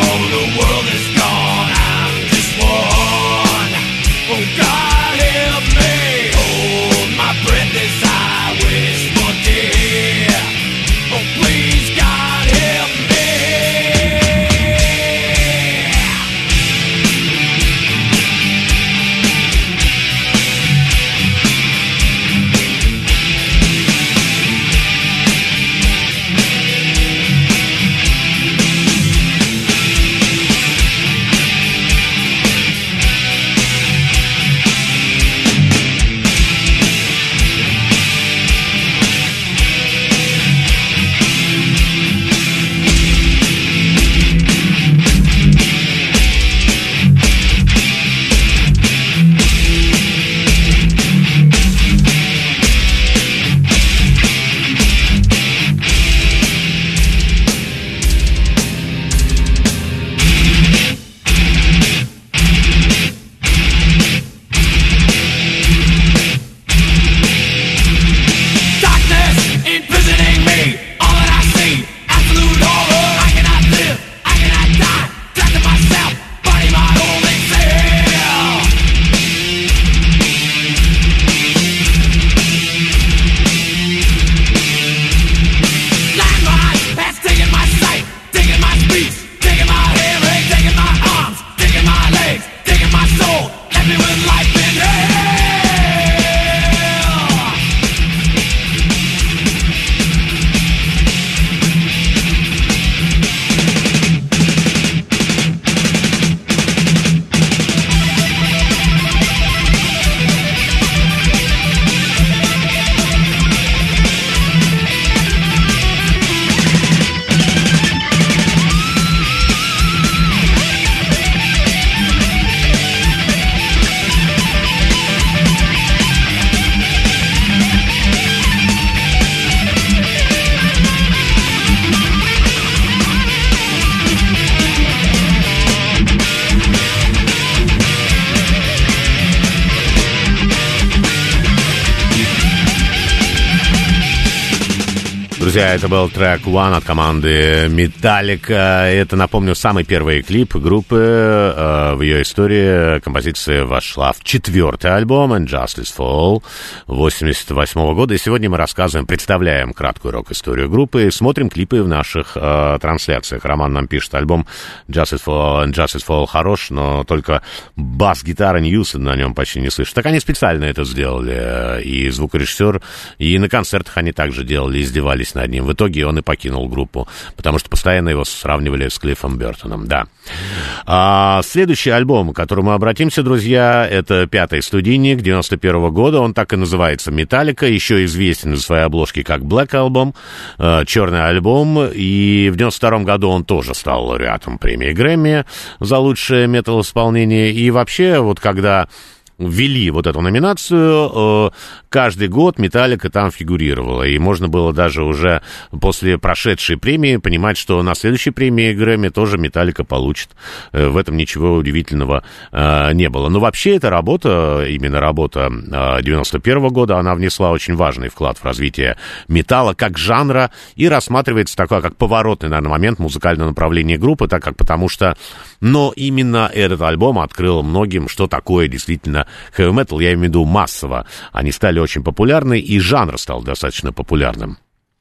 Друзья, это был трек One от команды Metallica. Это, напомню, самый первый клип группы. В ее истории композиция вошла в четвертый альбом And Justice for All восемьдесят восьмого года. И сегодня мы рассказываем, представляем краткую рок-историю группы и смотрим клипы в наших э, трансляциях. Роман нам пишет, альбом Justice for All, And Justice for All хорош, но только бас-гитара Ньюса на нем почти не слышно. Так они специально это сделали. И звукорежиссер, и на концертах они также делали, издевались над ним. В итоге он и покинул группу, потому что постоянно его сравнивали с Клиффом Бертоном, да. А, следующий альбом, к которому мы обратимся, друзья, это пятый студийник девяносто первого года. Он так и называется «Металлика», еще известен из своей обложки как Black Album, э, черный альбом. И в девяносто втором году он тоже стал лауреатом премии Грэмми за лучшее метал-исполнение. И вообще, вот когда ввели вот эту номинацию, каждый год Металлика там фигурировала, и можно было даже уже после прошедшей премии понимать, что на следующей премии Грэмми тоже Металлика получит. В этом ничего удивительного не было. Но вообще эта работа, именно работа девяносто первого года, она внесла очень важный вклад в развитие металла как жанра и рассматривается такой, как поворотный, наверное, момент музыкального направления группы, так как потому что, но именно этот альбом открыл многим, что такое действительно heavy metal, я имею в виду массово. Они стали очень популярны, и жанр стал достаточно популярным.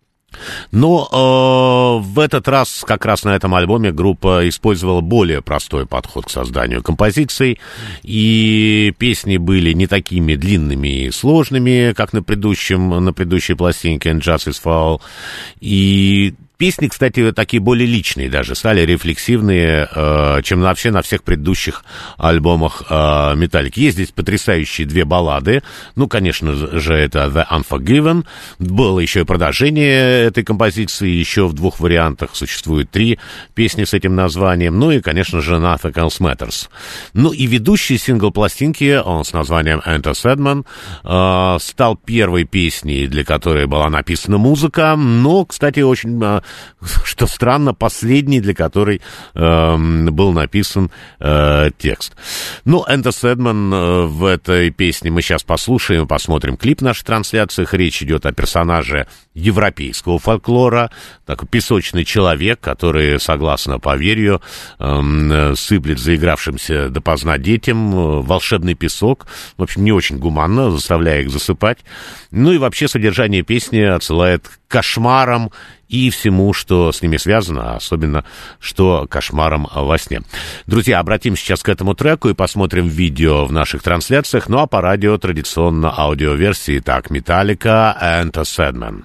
Но э, в этот раз, как раз на этом альбоме, группа использовала более простой подход к созданию композиций, и песни были не такими длинными и сложными, как на предыдущем, на предыдущей пластинке And Justice for All, и песни, кстати, такие более личные даже, стали рефлексивные, э, чем вообще на всех предыдущих альбомах э, Металлики. Есть здесь потрясающие две баллады. Ну, конечно же, это The Unforgiven. Было еще и продолжение этой композиции, еще в двух вариантах существует три песни с этим названием. Ну и, конечно же, Nothing Else Matters. Ну и ведущий сингл пластинки, он с названием Enter Sandman, э, стал первой песней, для которой была написана музыка. Но, кстати, очень... Э, что странно, последний, для которой э, был написан э, текст. Ну, Enter Sandman э, в этой песне мы сейчас послушаем, посмотрим клип в наших трансляциях. Речь идет о персонаже европейского фольклора, такой песочный человек, который, согласно поверью, э, сыплет заигравшимся допоздна детям э, волшебный песок. В общем, не очень гуманно, заставляя их засыпать. Ну и вообще содержание песни отсылает к кошмарам и всему, что с ними связано, особенно, что кошмаром во сне. Друзья, обратимся сейчас к этому треку и посмотрим видео в наших трансляциях, ну а по радио традиционно аудиоверсии. Так, Metallica, Enter Sandman.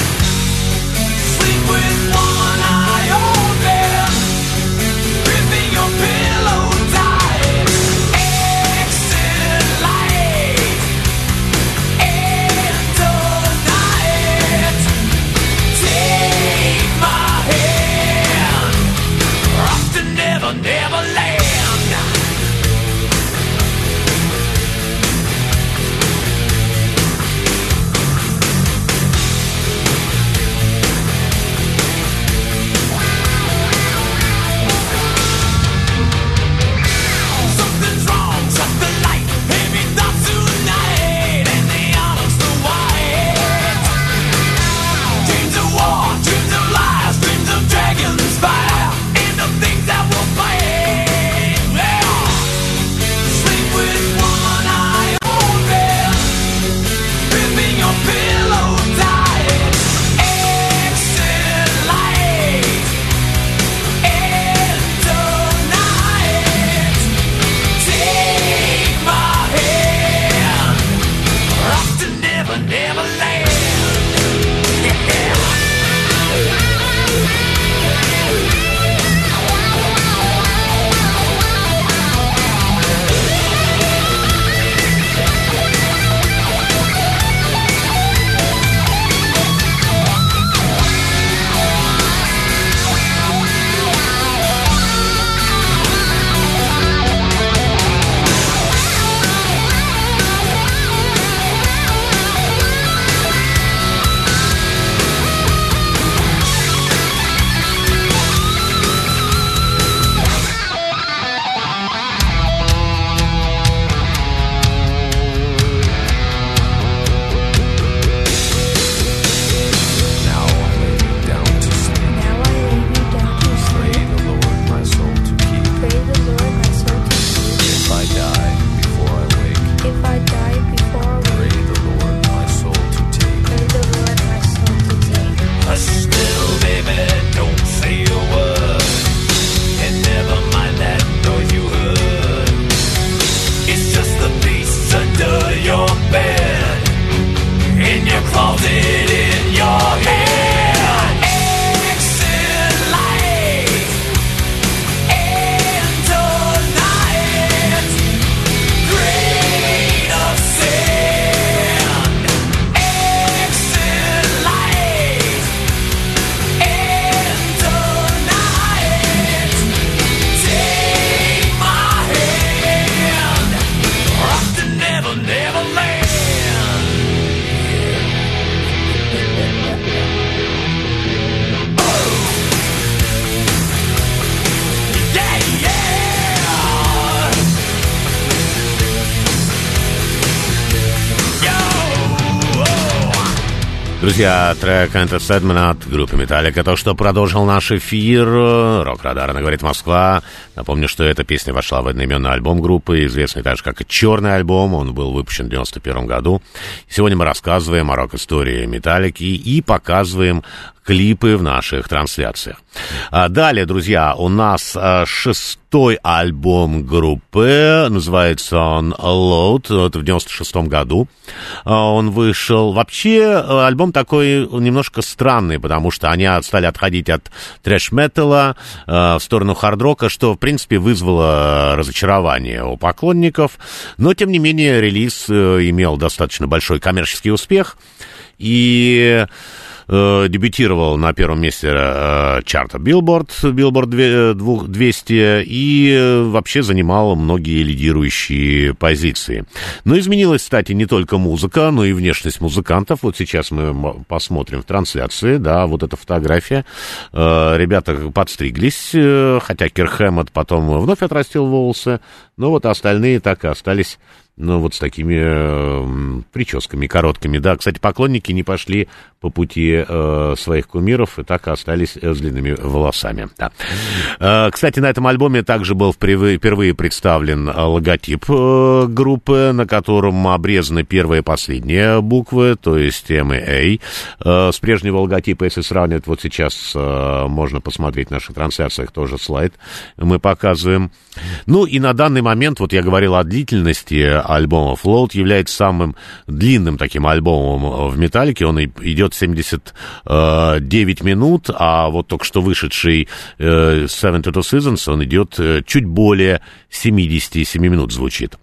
Sleep with one eye open, Друзья, трек «Enter Sandman» от группы «Металлика». То, что продолжил наш эфир. Рок-радар, она говорит «Москва». Напомню, что эта песня вошла в одноименный альбом группы, известный также как «Черный альбом». Он был выпущен в девяносто первом году. Сегодня мы рассказываем о рок-истории «Металлики» и показываем клипы в наших трансляциях. Далее, друзья, у нас шестой альбом группы, называется он «Load», это в девяносто шестом году он вышел. Вообще, альбом такой немножко странный, потому что они стали отходить от трэш-металла в сторону хард-рока, что, в принципе, вызвало разочарование у поклонников, но, тем не менее, релиз имел достаточно большой коммерческий успех, и дебютировал на первом месте э, чарта Billboard, Billboard двести, и вообще занимал многие лидирующие позиции. Но изменилась, кстати, не только музыка, но и внешность музыкантов. Вот сейчас мы посмотрим в трансляции, да, вот эта фотография. Э, ребята подстриглись, э, хотя Кирк Хэммет потом вновь отрастил волосы, но вот остальные так и остались, ну, вот с такими э, прическами короткими. Да, кстати, поклонники не пошли по пути э, своих кумиров и так и остались э, с длинными волосами. Да. Э, кстати, на этом альбоме также был впервые, впервые представлен логотип э, группы, на котором обрезаны первые и последние буквы, то есть эм и а. Э, с прежнего логотипа, если сравнивать, вот сейчас э, можно посмотреть в наших трансляциях тоже слайд, мы показываем. Ну, и на данный момент, вот я говорил о длительности альбома. Load является самым длинным таким альбомом в «Металлике». Он идет семьдесят девять минут, а вот только что вышедший э, Seven to Two Seasons, он идет чуть более семьдесят семь минут звучит.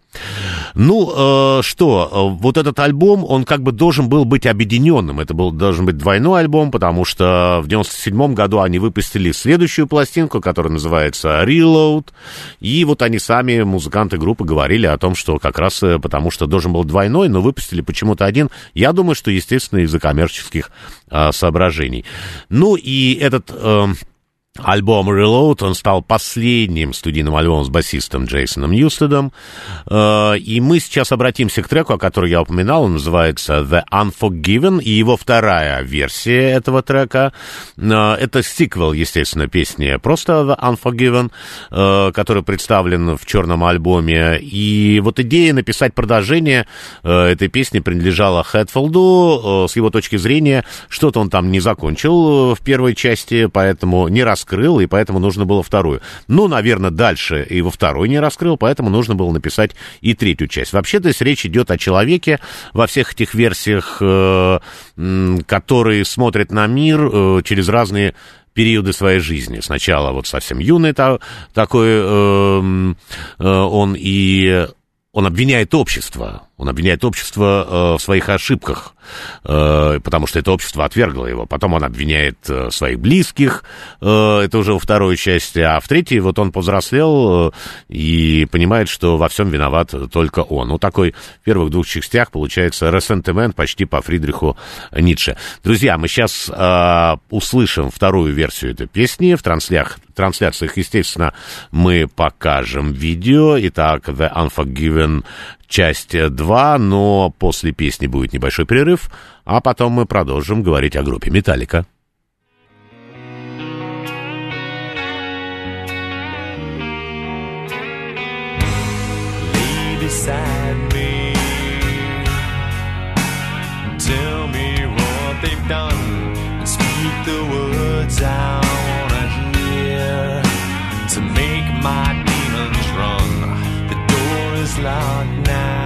Ну, э, что, вот этот альбом, он как бы должен был быть объединенным. Это был, должен быть двойной альбом, потому что в девяносто седьмом году они выпустили следующую пластинку, которая называется Reload. И вот они сами, музыканты группы, говорили о том, что как раз потому что должен был двойной, но выпустили почему-то один. Я думаю, что, естественно, из-за коммерческих э, соображений. Ну, и этот... Э, Альбом Reload, он стал последним студийным альбомом с басистом Джейсоном Ньюстедом. И мы сейчас обратимся к треку, о котором я упоминал. Он называется The Unforgiven, и его вторая версия этого трека. Это сиквел, естественно, песни просто The Unforgiven, который представлен в черном альбоме. И вот идея написать продолжение этой песни принадлежала Хэтфилду. С его точки зрения, что-то он там не закончил в первой части, поэтому не раскрыл. раскрыл, и поэтому нужно было вторую. Ну, наверное, дальше и во второй не раскрыл, поэтому нужно было написать и третью часть. Вообще-то, если речь идет о человеке во всех этих версиях, э, который смотрит на мир э, через разные периоды своей жизни. Сначала вот совсем юный та, такой э, э, он, и он обвиняет общество. Он обвиняет общество э, в своих ошибках, э, потому что это общество отвергло его. Потом он обвиняет э, своих близких, э, это уже во второй части. А в третьей вот он повзрослел э, и понимает, что во всем виноват только он. Ну, такой в первых двух частях получается ресентимент почти по Фридриху Ницше. Друзья, мы сейчас э, услышим вторую версию этой песни. В трансляциях, трансляциях, естественно, мы покажем видео. Итак, The Unforgiven, часть два, но после песни будет небольшой перерыв, а потом мы продолжим говорить о группе «Металлика». Lay beside me, tell me what they've done, and speak the words I wanna hear, to make my demons run. The door is locked now,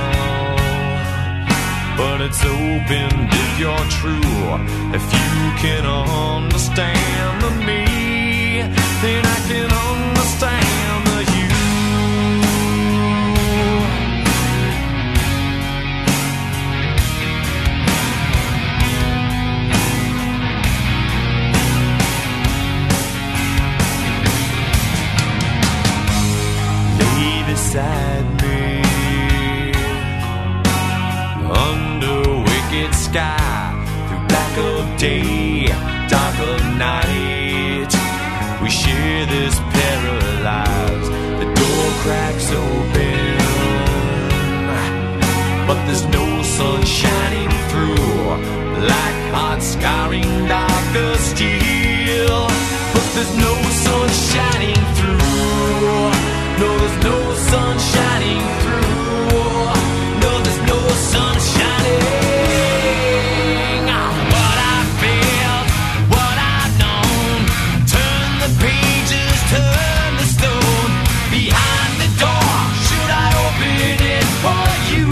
but it's open if you're true. If you can understand me, then I can understand the you. Lay beside me under wicked sky, through black of day, dark of night. We share this paralyzed. The door cracks open, but there's no sun shining through. Like scarring darker steel. But there's no sun shining through. No, there's no sun shining through. No, there's no sun shining. What I felt, what I've known. Turn the pages, turn the stone. Behind the door, should I open it for you?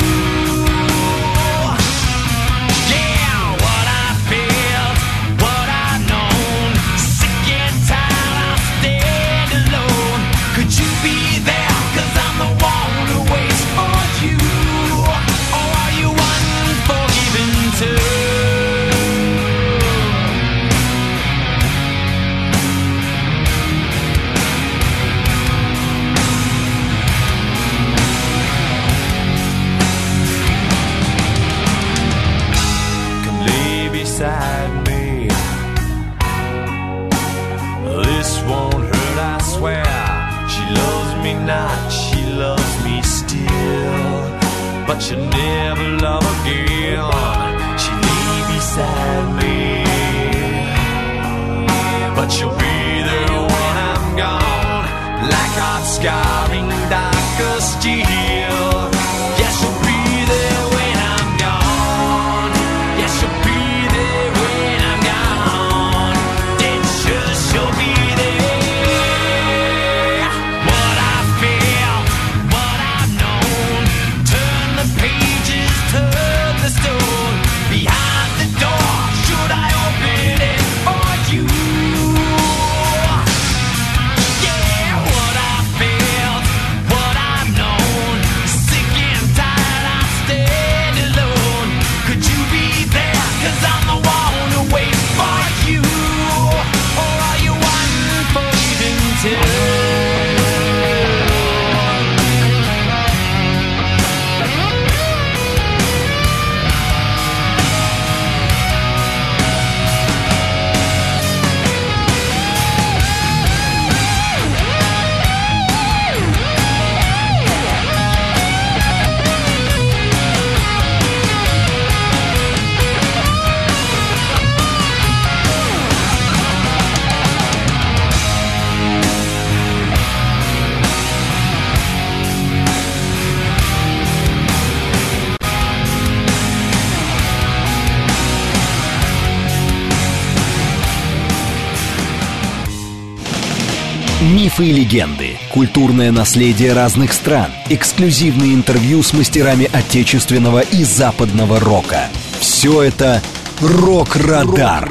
Yeah, what I felt, what I've known. Sick and tired, I'll stand alone. Could you be there? 'Cause I'm the one who waits for you. Or are you unforgiven too? Come lay beside me. This won't hurt, I swear. She loves me not, she loves me still. But she'll never love again. She lay beside me. But she'll be there when I'm gone. Like hot scarring darker steel. Yeah, she'll be there when I'm gone. Yeah, she'll be there when I'm gone. Dead sure she'll be there. What I feel, what I've known. Turn the pages, turn the stone. Behind the door, should I open it for you? Yeah, what I feel, what I've known. Sick and tired, I stand alone. Could you be there? 'Cause I'm the one who waits for you. Or are you unforgiven too? Мифы и легенды, культурное наследие разных стран, эксклюзивные интервью с мастерами отечественного и западного рока. Все это «Рок-Радар».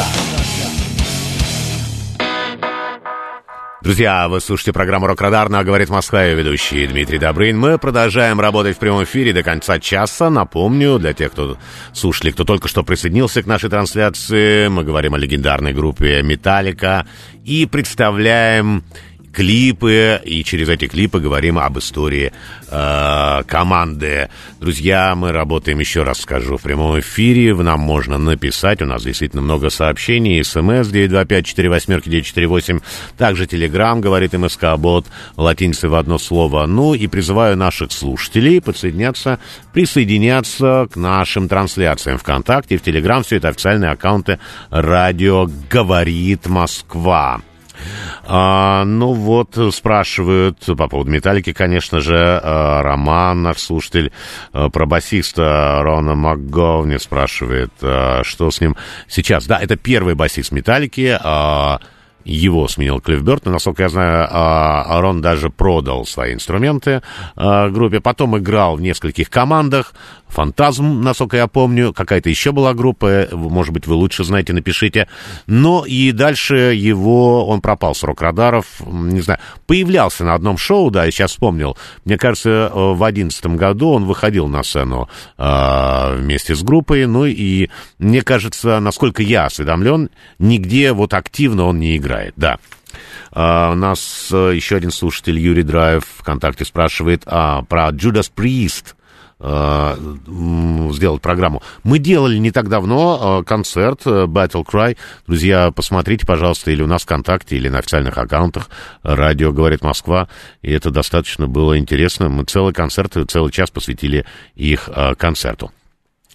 Друзья, вы слушаете программу «Рок-Радар» на «Говорит Москва», и ведущий Дмитрий Добрынин. Мы продолжаем работать в прямом эфире до конца часа. Напомню, для тех, кто слушали, кто только что присоединился к нашей трансляции, мы говорим о легендарной группе «Металлика» и представляем клипы, и через эти клипы говорим об истории э, команды. Друзья, мы работаем, еще раз скажу, в прямом эфире. Нам можно написать, у нас действительно много сообщений. СМС девять два пять четыре восемь девять четыре восемь. Также Телеграм, говорит МСК-бот, латиницей в одно слово. Ну и призываю наших слушателей подсоединяться, присоединяться к нашим трансляциям ВКонтакте, в Телеграм. Все это официальные аккаунты «Радио Говорит Москва». А, ну вот, спрашивают по поводу «Металлики», конечно же, а, Роман, наш слушатель, а, про басиста Рона МакГовни спрашивает, а, что с ним сейчас. Да, это первый басист «Металлики», а, его сменил Клифф Бёртон. Насколько я знаю, а, Рон даже продал свои инструменты а, группе. Потом играл в нескольких командах. «Фантазм», насколько я помню. Какая-то еще была группа. Может быть, вы лучше знаете, напишите. Но и дальше его... Он пропал с «Рок-Радаров». Не знаю. Появлялся на одном шоу, да, я сейчас вспомнил. Мне кажется, в одиннадцатом году он выходил на сцену а, вместе с группой. Ну и, мне кажется, насколько я осведомлен, нигде вот активно он не играет. Да. Uh, у нас uh, еще один слушатель, Юрий Драйв, ВКонтакте спрашивает а, про Judas Priest. Uh, сделать программу. Мы делали не так давно uh, концерт uh, Battle Cry. Друзья, посмотрите, пожалуйста, или у нас ВКонтакте, или на официальных аккаунтах «Радио Говорит Москва». И это достаточно было интересно. Мы целый концерт, целый час посвятили их uh, концерту.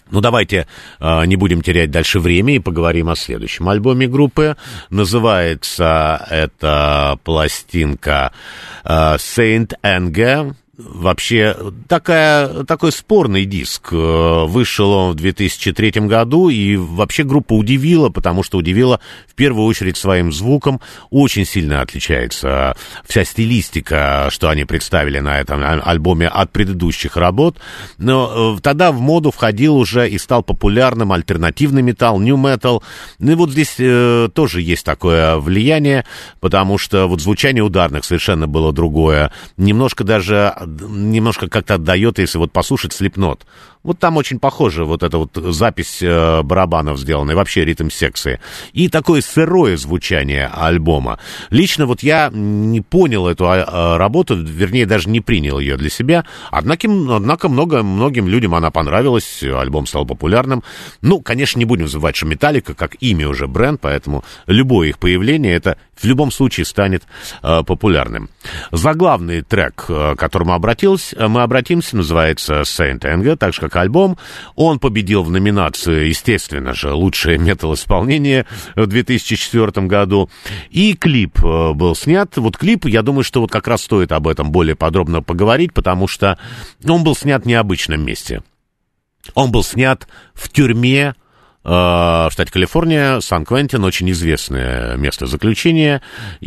Ну, давайте э, не будем терять дальше время и поговорим о следующем альбоме группы. Называется эта пластинка э, Saint Anger. Вообще, такая, такой спорный диск. Вышел он в две тысячи третьем году, и вообще группа удивила, потому что удивила в первую очередь своим звуком. Очень сильно отличается вся стилистика, что они представили на этом альбоме от предыдущих работ. Но тогда в моду входил уже и стал популярным альтернативный металл, нью метал. Ну и вот здесь э, тоже есть такое влияние, потому что вот звучание ударных совершенно было другое. Немножко даже... немножко как-то отдает, если вот послушать Slipknot. Вот там очень похоже вот эта вот запись э, барабанов сделана, и вообще ритм секции. И такое сырое звучание альбома. Лично вот я не понял эту э, работу, вернее, даже не принял ее для себя. Однако, однако много, многим людям она понравилась, альбом стал популярным. Ну, конечно, не будем забывать, что Metallica как имя уже бренд, поэтому любое их появление, это в любом случае станет э, популярным. Заглавный трек, к которому обратилась, мы обратимся, называется Saint Anger, так же, как альбом. Он победил в номинации, естественно же, лучшее метал-исполнение в две тысячи четвёртом году. И клип был снят. Вот клип, я думаю, что вот как раз стоит об этом более подробно поговорить, потому что он был снят в необычном месте. Он был снят в тюрьме в штате Калифорния, Сан-Квентин, очень известное место заключения.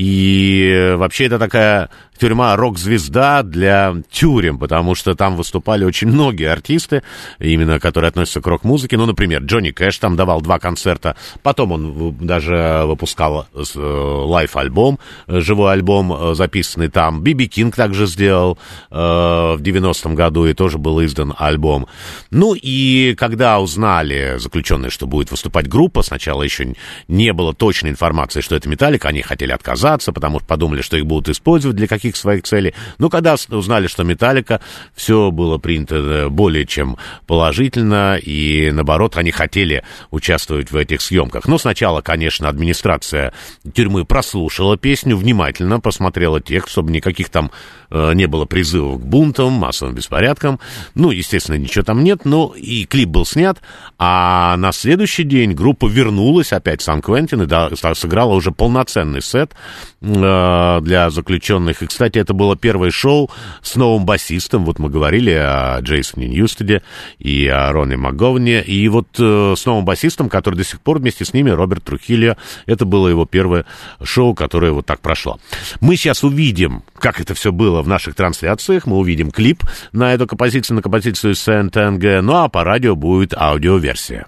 И вообще это такая тюрьма рок-звезда для тюрем, потому что там выступали очень многие артисты, именно которые относятся к рок-музыке. Ну, например, Джонни Кэш там давал два концерта, потом он даже выпускал лайв-альбом, живой альбом, записанный там. Би Би Кинг также сделал э, в девяностом году, и тоже был издан альбом. Ну, и когда узнали заключенные, что будет выступать группа, сначала еще не было точной информации, что это Metallica, они хотели отказаться, потому что подумали, что их будут использовать для каких своих целей. Но когда узнали, что Metallica, все было принято более чем положительно, и наоборот, они хотели участвовать в этих съемках. Но сначала, конечно, администрация тюрьмы прослушала песню, внимательно посмотрела текст, чтобы никаких там э, не было призывов к бунтам, массовым беспорядкам. Ну, естественно, ничего там нет, но и клип был снят, а на следующий день группа вернулась опять в Сан-Квентин и да, сыграла уже полноценный сет э, для заключенных. И, кстати, это было первое шоу с новым басистом. Вот мы говорили о Джейсоне Ньюстеде и о Ронни МакГовни. И вот э, с новым басистом, который до сих пор вместе с ними, Роберт Трухильо, это было его первое шоу, которое вот так прошло. Мы сейчас увидим, как это все было в наших трансляциях. Мы увидим клип на эту композицию, на композицию Saint Anger. Ну а по радио будет аудиоверсия.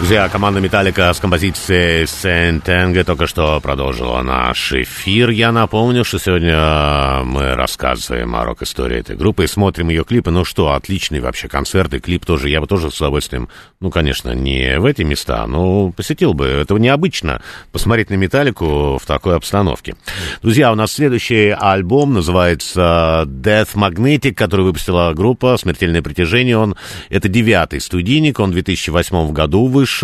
Друзья, команда Metallica с композицией Saint Anger только что продолжила наш эфир. Я напомню, что сегодня мы рассказываем о рок-истории этой группы и смотрим ее клипы. Ну что, отличный вообще концерт и клип тоже. Я бы тоже с удовольствием, ну, конечно, не в эти места, но посетил бы. Это необычно посмотреть на Металлику в такой обстановке. Друзья, у нас следующий альбом называется Death Magnetic, который выпустила группа «Смертельное притяжение». Он, это девятый студийник, он в две тысячи восьмом году вышел.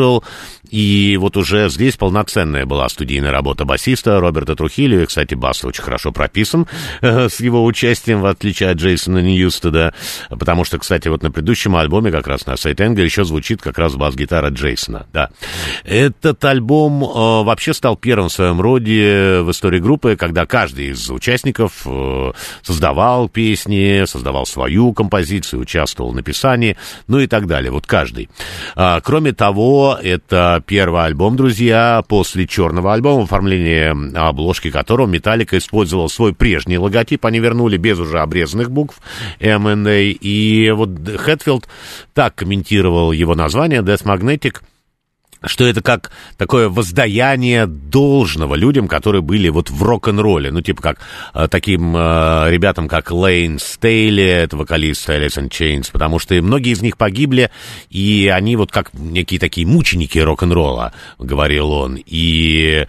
И вот уже здесь полноценная была студийная работа басиста Роберта Трухильо. И, кстати, бас очень хорошо прописан э, с его участием, в отличие от Джейсона Ньюстеда. Потому что, кстати, вот на предыдущем альбоме, как раз на Saint Anger, еще звучит как раз бас-гитара Джейсона. Да. Этот альбом э, вообще стал первым в своем роде в истории группы, когда каждый из участников э, создавал песни, создавал свою композицию, участвовал в написании, ну и так далее. Вот каждый. А, кроме того, это первый альбом, друзья, после черного альбома, в оформлении обложки которого Metallica использовала свой прежний логотип. Они вернули без уже обрезанных букв эм энд а. И вот Хэтфилд так комментировал его название Death Magnetic, что это как такое воздаяние должного людям, которые были вот в рок-н-ролле. Ну, типа как э, таким э, ребятам, как Лейн Стейли, это вокалист Alice in Chains, потому что многие из них погибли, и они вот как некие такие мученики рок-н-ролла, говорил он. И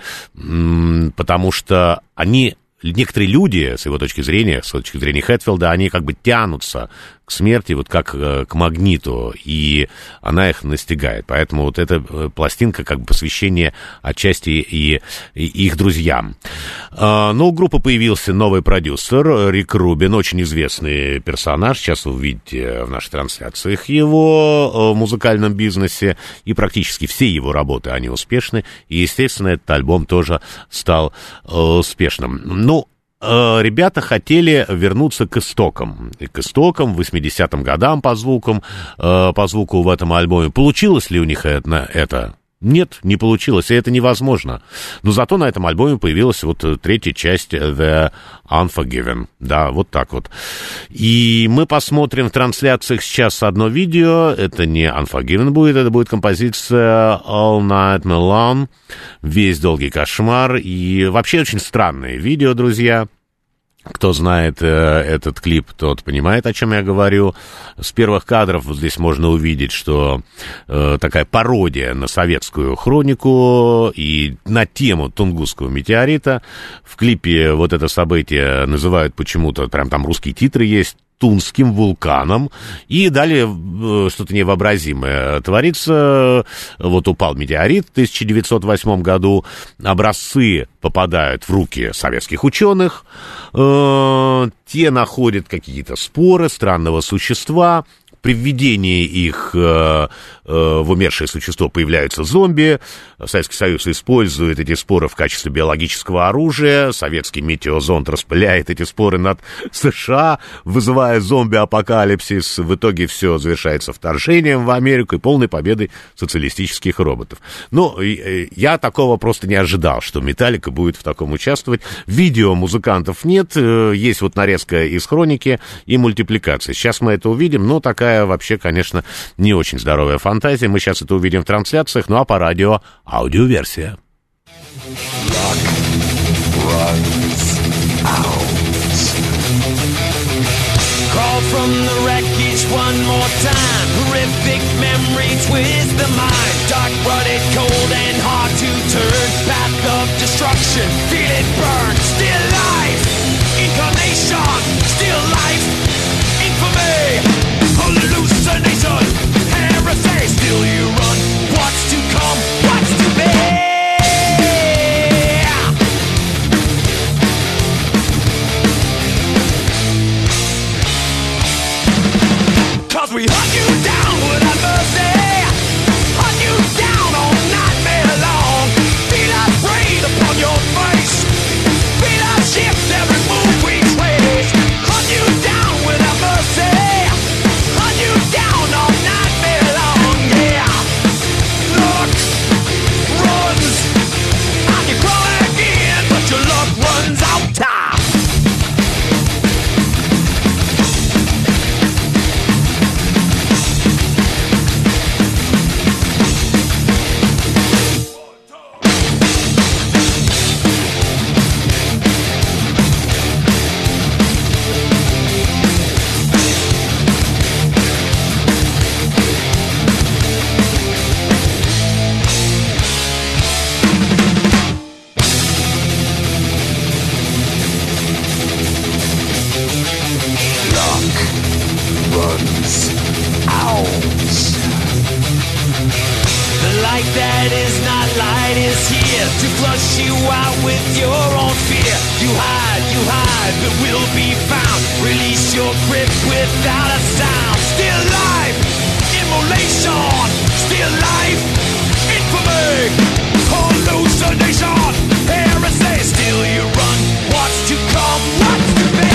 м- потому что они... Некоторые люди, с его точки зрения, с точки зрения Хэтфилда, они как бы тянутся к смерти, вот как э, к магниту, и она их настигает. Поэтому вот эта пластинка как бы посвящение отчасти и, и их друзьям. Э, но у группы появился новый продюсер Рик Рубин, очень известный персонаж. Сейчас вы увидите в наших трансляциях его в музыкальном бизнесе, и практически все его работы, они успешны. И, естественно, этот альбом тоже стал э, успешным. Ну, ребята хотели вернуться к истокам. И к истокам, восьмидесятым годам по звукам, по звуку в этом альбоме. Получилось ли у них это? Нет, не получилось, и это невозможно. Но зато на этом альбоме появилась вот третья часть The Unforgiven. Да, вот так вот. И мы посмотрим в трансляциях сейчас одно видео. Это не Unforgiven будет, это будет композиция All Night Long, Весь долгий кошмар. И вообще очень странное видео, друзья. Кто знает э, этот клип, тот понимает, о чем я говорю. С первых кадров вот здесь можно увидеть, что э, такая пародия на советскую хронику и на тему Тунгусского метеорита. В клипе вот это событие называют почему-то, прям там русские титры есть, Тунским вулканом, и далее э, что-то невообразимое творится. Вот упал метеорит в тысяча девятьсот восьмом году, образцы попадают в руки советских ученых, э, те находят какие-то споры странного существа. При введении их э, э, в умершее существо появляются зомби. Советский Союз использует эти споры в качестве биологического оружия. Советский метеозонд распыляет эти споры над США, вызывая зомби-апокалипсис. В итоге все завершается вторжением в Америку и полной победой социалистических роботов. Ну, я такого просто не ожидал, что Металлика будет в таком участвовать. Видео музыкантов нет. Есть вот нарезка из хроники и мультипликации. Сейчас мы это увидим, но такая вообще, конечно, не очень здоровая фантазия. Мы сейчас это увидим в трансляциях, ну а по радио аудиоверсия. Crawl from the wreckage one more time. Horrific memory twist the mind. Dark, rutted, cold, and hard to turn. Path of destruction, feel it burn. Still life, incarnation, still life, infamy. Hallucination, heresy, still you run. What's to come, what's to be? Cause we hunt you down without mercy. Hunt you down all nightmare long. to flush you out with your own fear. You hide, you hide, but will be found. Release your grip without a sound. Still life, immolation. Still life, infamy, hallucination, heresy. Still you run, what's to come, what's to be.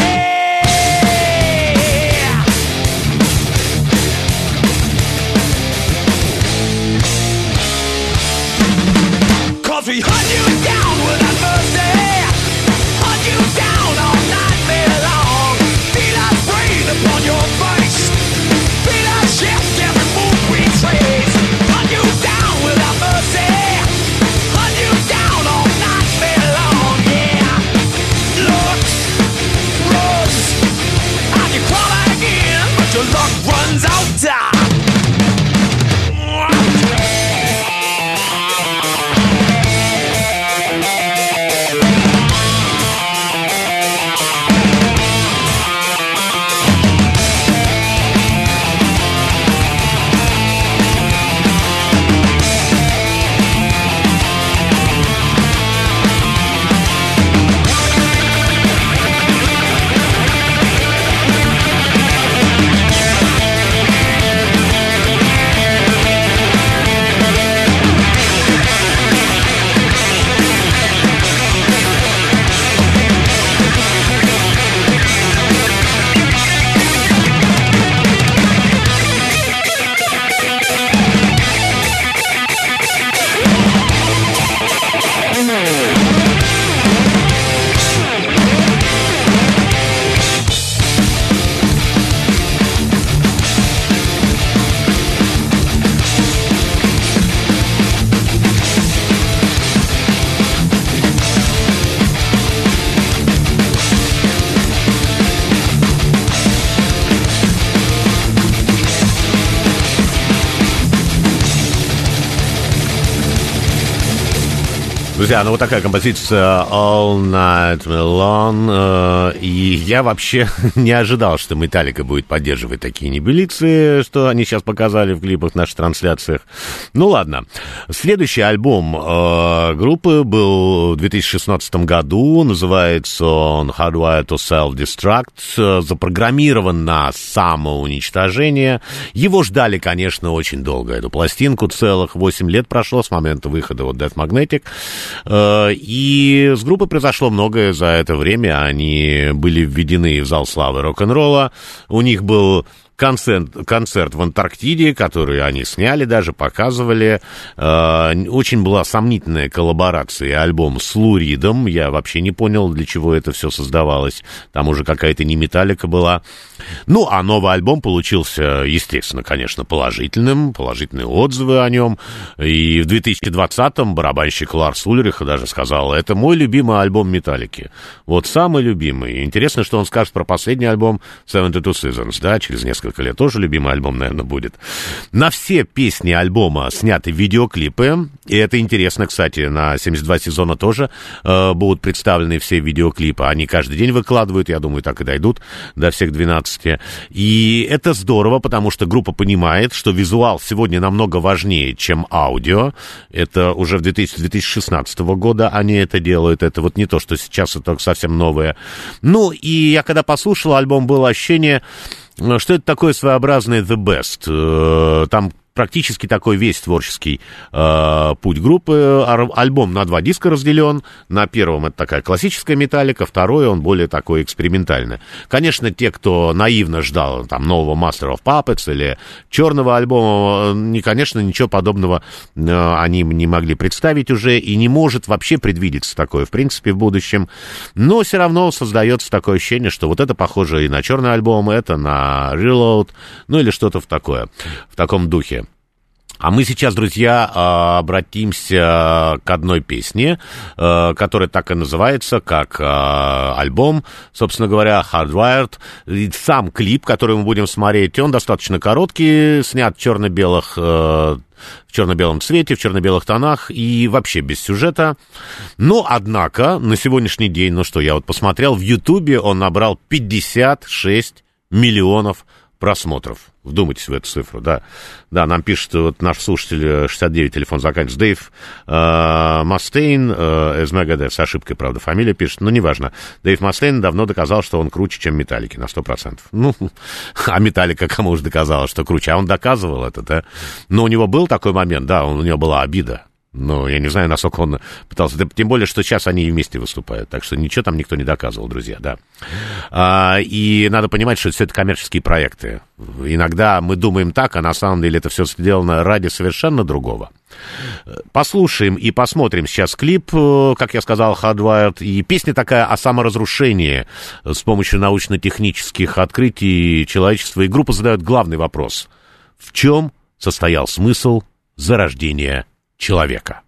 Cause we hunt you down without mercy, hunt you down all nightmare long. Feel us breathe upon your face, feel us shift every move we trace. Hunt you down without mercy, hunt you down all nightmare long. Yeah, looks, runs, and you crawl back in, but your luck runs out. Друзья, ну вот такая композиция All Night Long, э, и я вообще не ожидал, что Металлика будет поддерживать такие небылицы, что они сейчас показали в клипах, в наших трансляциях. Ну ладно. Следующий альбом э, группы был в две тысячи шестнадцатом году, называется он Hardwired to Self-Destruct, запрограммирован на самоуничтожение. Его ждали, конечно, очень долго, эту пластинку, целых восемь лет прошло с момента выхода вот Death Magnetic. И с группой произошло многое за это время. Они были введены в зал славы рок-н-ролла. У них был концерт, концерт в Антарктиде, который они сняли, даже показывали. Очень была сомнительная коллаборация и альбом с Лу Ридом. Я вообще не понял, для чего это все создавалось. Там уже какая-то не металлика была. Ну, а новый альбом получился, естественно, конечно, положительным. Положительные отзывы о нем. И в две тысячи двадцатом барабанщик Ларс Ульрих даже сказал, это мой любимый альбом Металлики. Вот самый любимый. Интересно, что он скажет про последний альбом семьдесят два Seasons, да, через несколько лет. Тоже любимый альбом, наверное, будет. На все песни альбома сняты видеоклипы. И это интересно, кстати, на семьдесят два сезона тоже э, будут представлены все видеоклипы. Они каждый день выкладывают, я думаю, так и дойдут до всех двенадцати. И это здорово, потому что группа понимает, что визуал сегодня намного важнее, чем аудио. Это уже в две тысячи шестнадцатого года они это делают. Это вот не то, что сейчас, это совсем новое. Ну, и я когда послушал альбом, было ощущение, что это такое своеобразное The Best. Там практически такой весь творческий э, путь группы. Альбом на два диска разделен. На первом это такая классическая металлика, второй он более такой экспериментальный. Конечно, те, кто наивно ждал там нового Master of Puppets или черного альбома, не, конечно, ничего подобного э, они не могли представить уже, и не может вообще предвидеться такое, в принципе, в будущем. Но все равно создается такое ощущение, что вот это похоже и на черный альбом, это на Reload, ну или что-то в такое, в таком духе. А мы сейчас, друзья, обратимся к одной песне, которая так и называется, как альбом, собственно говоря, Hardwired. И сам клип, который мы будем смотреть, он достаточно короткий, снят в черно-белых, в черно-белом цвете, в черно-белых тонах и вообще без сюжета. Но, однако, на сегодняшний день, ну что, я вот посмотрел, в Ютубе он набрал пятьдесят шесть миллионов просмотров. Вдумайтесь в эту цифру, да. Да, нам пишет вот наш слушатель шестьдесят девять, телефон заканчивается, Дэйв э, Мастейн э, из Megadeth, с ошибкой, правда, фамилия пишет, но неважно. Дэйв Мастейн давно доказал, что он круче, чем Металлики, на сто процентов. Ну, а Металлика кому же доказала, что круче? А он доказывал это, да. Но у него был такой момент, да, у него была обида. Ну, я не знаю, насколько он пытался. Да, тем более, что сейчас они и вместе выступают. Так что ничего там никто не доказывал, друзья, да. А, и надо понимать, что все это коммерческие проекты. Иногда мы думаем так, а на самом деле это все сделано ради совершенно другого. Послушаем и посмотрим сейчас клип, как я сказал, Hardwired. И песня такая о саморазрушении с помощью научно-технических открытий человечества. И группа задает главный вопрос. В чем состоял смысл зарождения человека?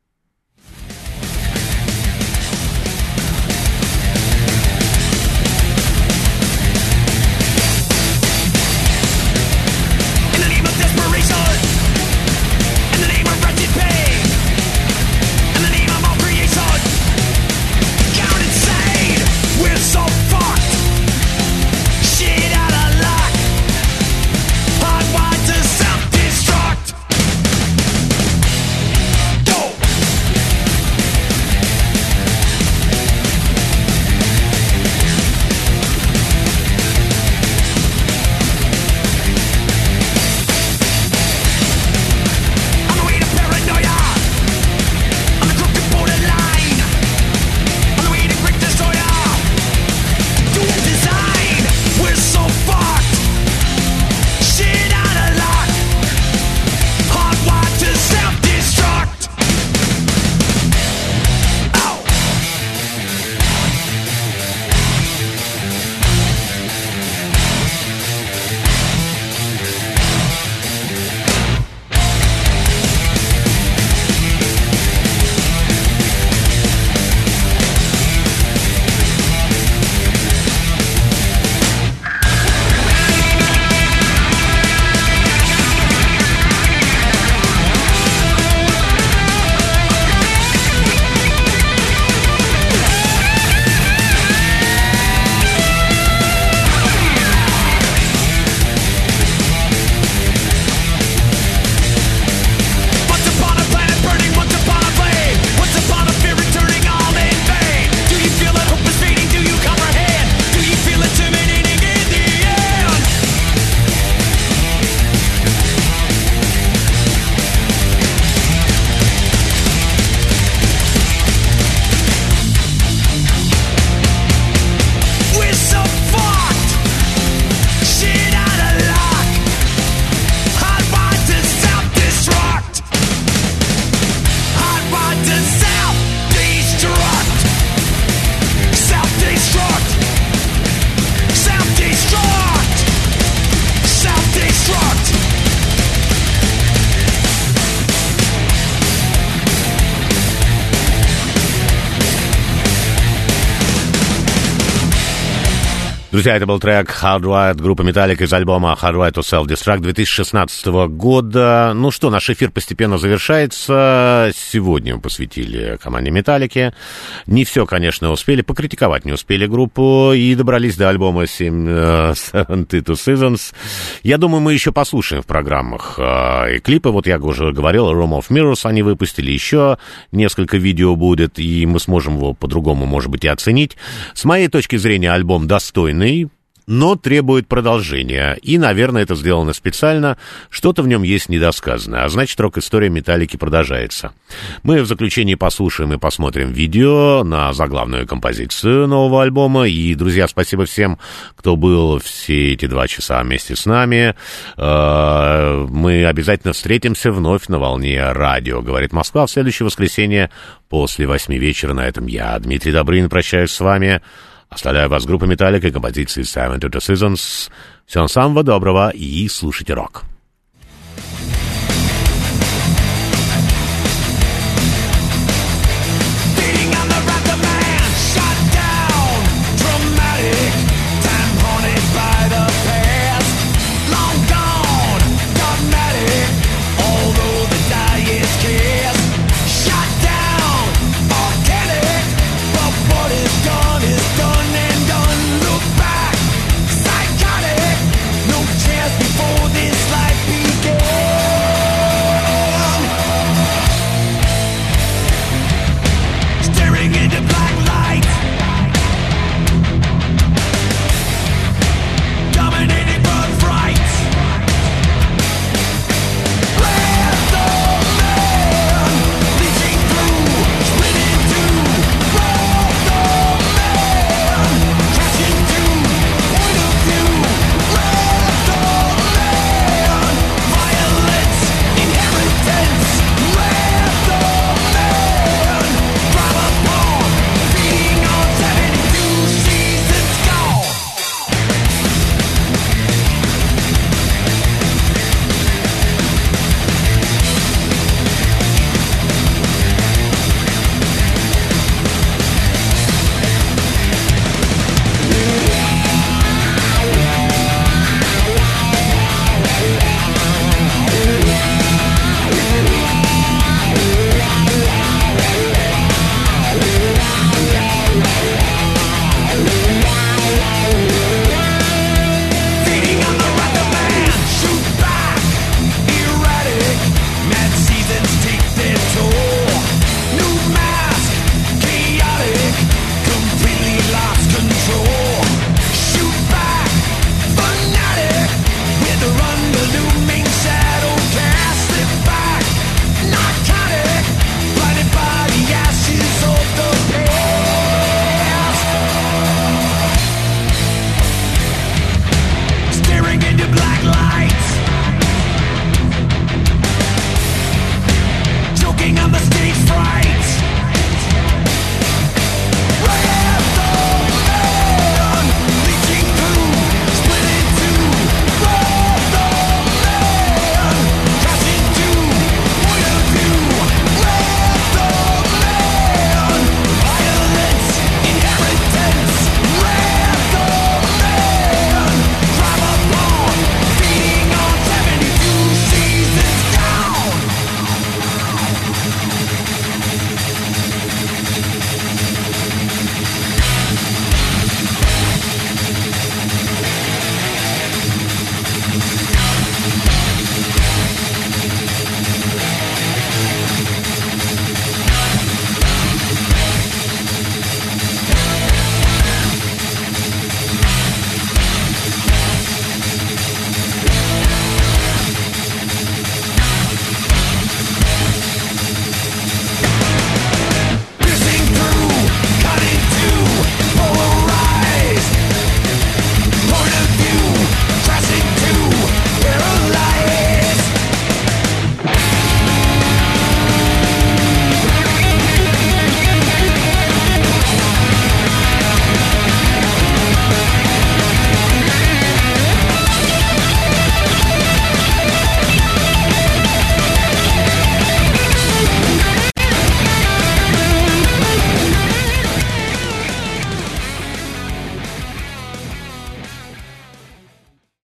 Друзья, это был трек Hardwired, группа Metallica из альбома Hardwired to Self-Destruct две тысячи шестнадцатого года. Ну что, наш эфир постепенно завершается. Сегодня мы посвятили команде Metallica. Не все, конечно, успели, покритиковать не успели группу и добрались до альбома seventy two Seasons. Я думаю, мы еще послушаем в программах и клипы. Вот я уже говорил, Room of Mirrors они выпустили, еще несколько видео будет, и мы сможем его по-другому, может быть, и оценить. С моей точки зрения, альбом достойный, но требует продолжения. И, наверное, это сделано специально. Что-то в нем есть недосказанное. А значит, рок-история Металлики продолжается. Мы в заключении послушаем и посмотрим видео на заглавную композицию нового альбома. И, друзья, спасибо всем, кто был все эти два часа вместе с нами. Мы обязательно встретимся вновь на волне радио «Говорит Москва» в следующее воскресенье после восьми вечера. На этом я, Дмитрий Добрынин, прощаюсь с вами. Оставляю вас группа Metallica и композиции seventy two Seasons. Всем самого доброго и слушайте рок.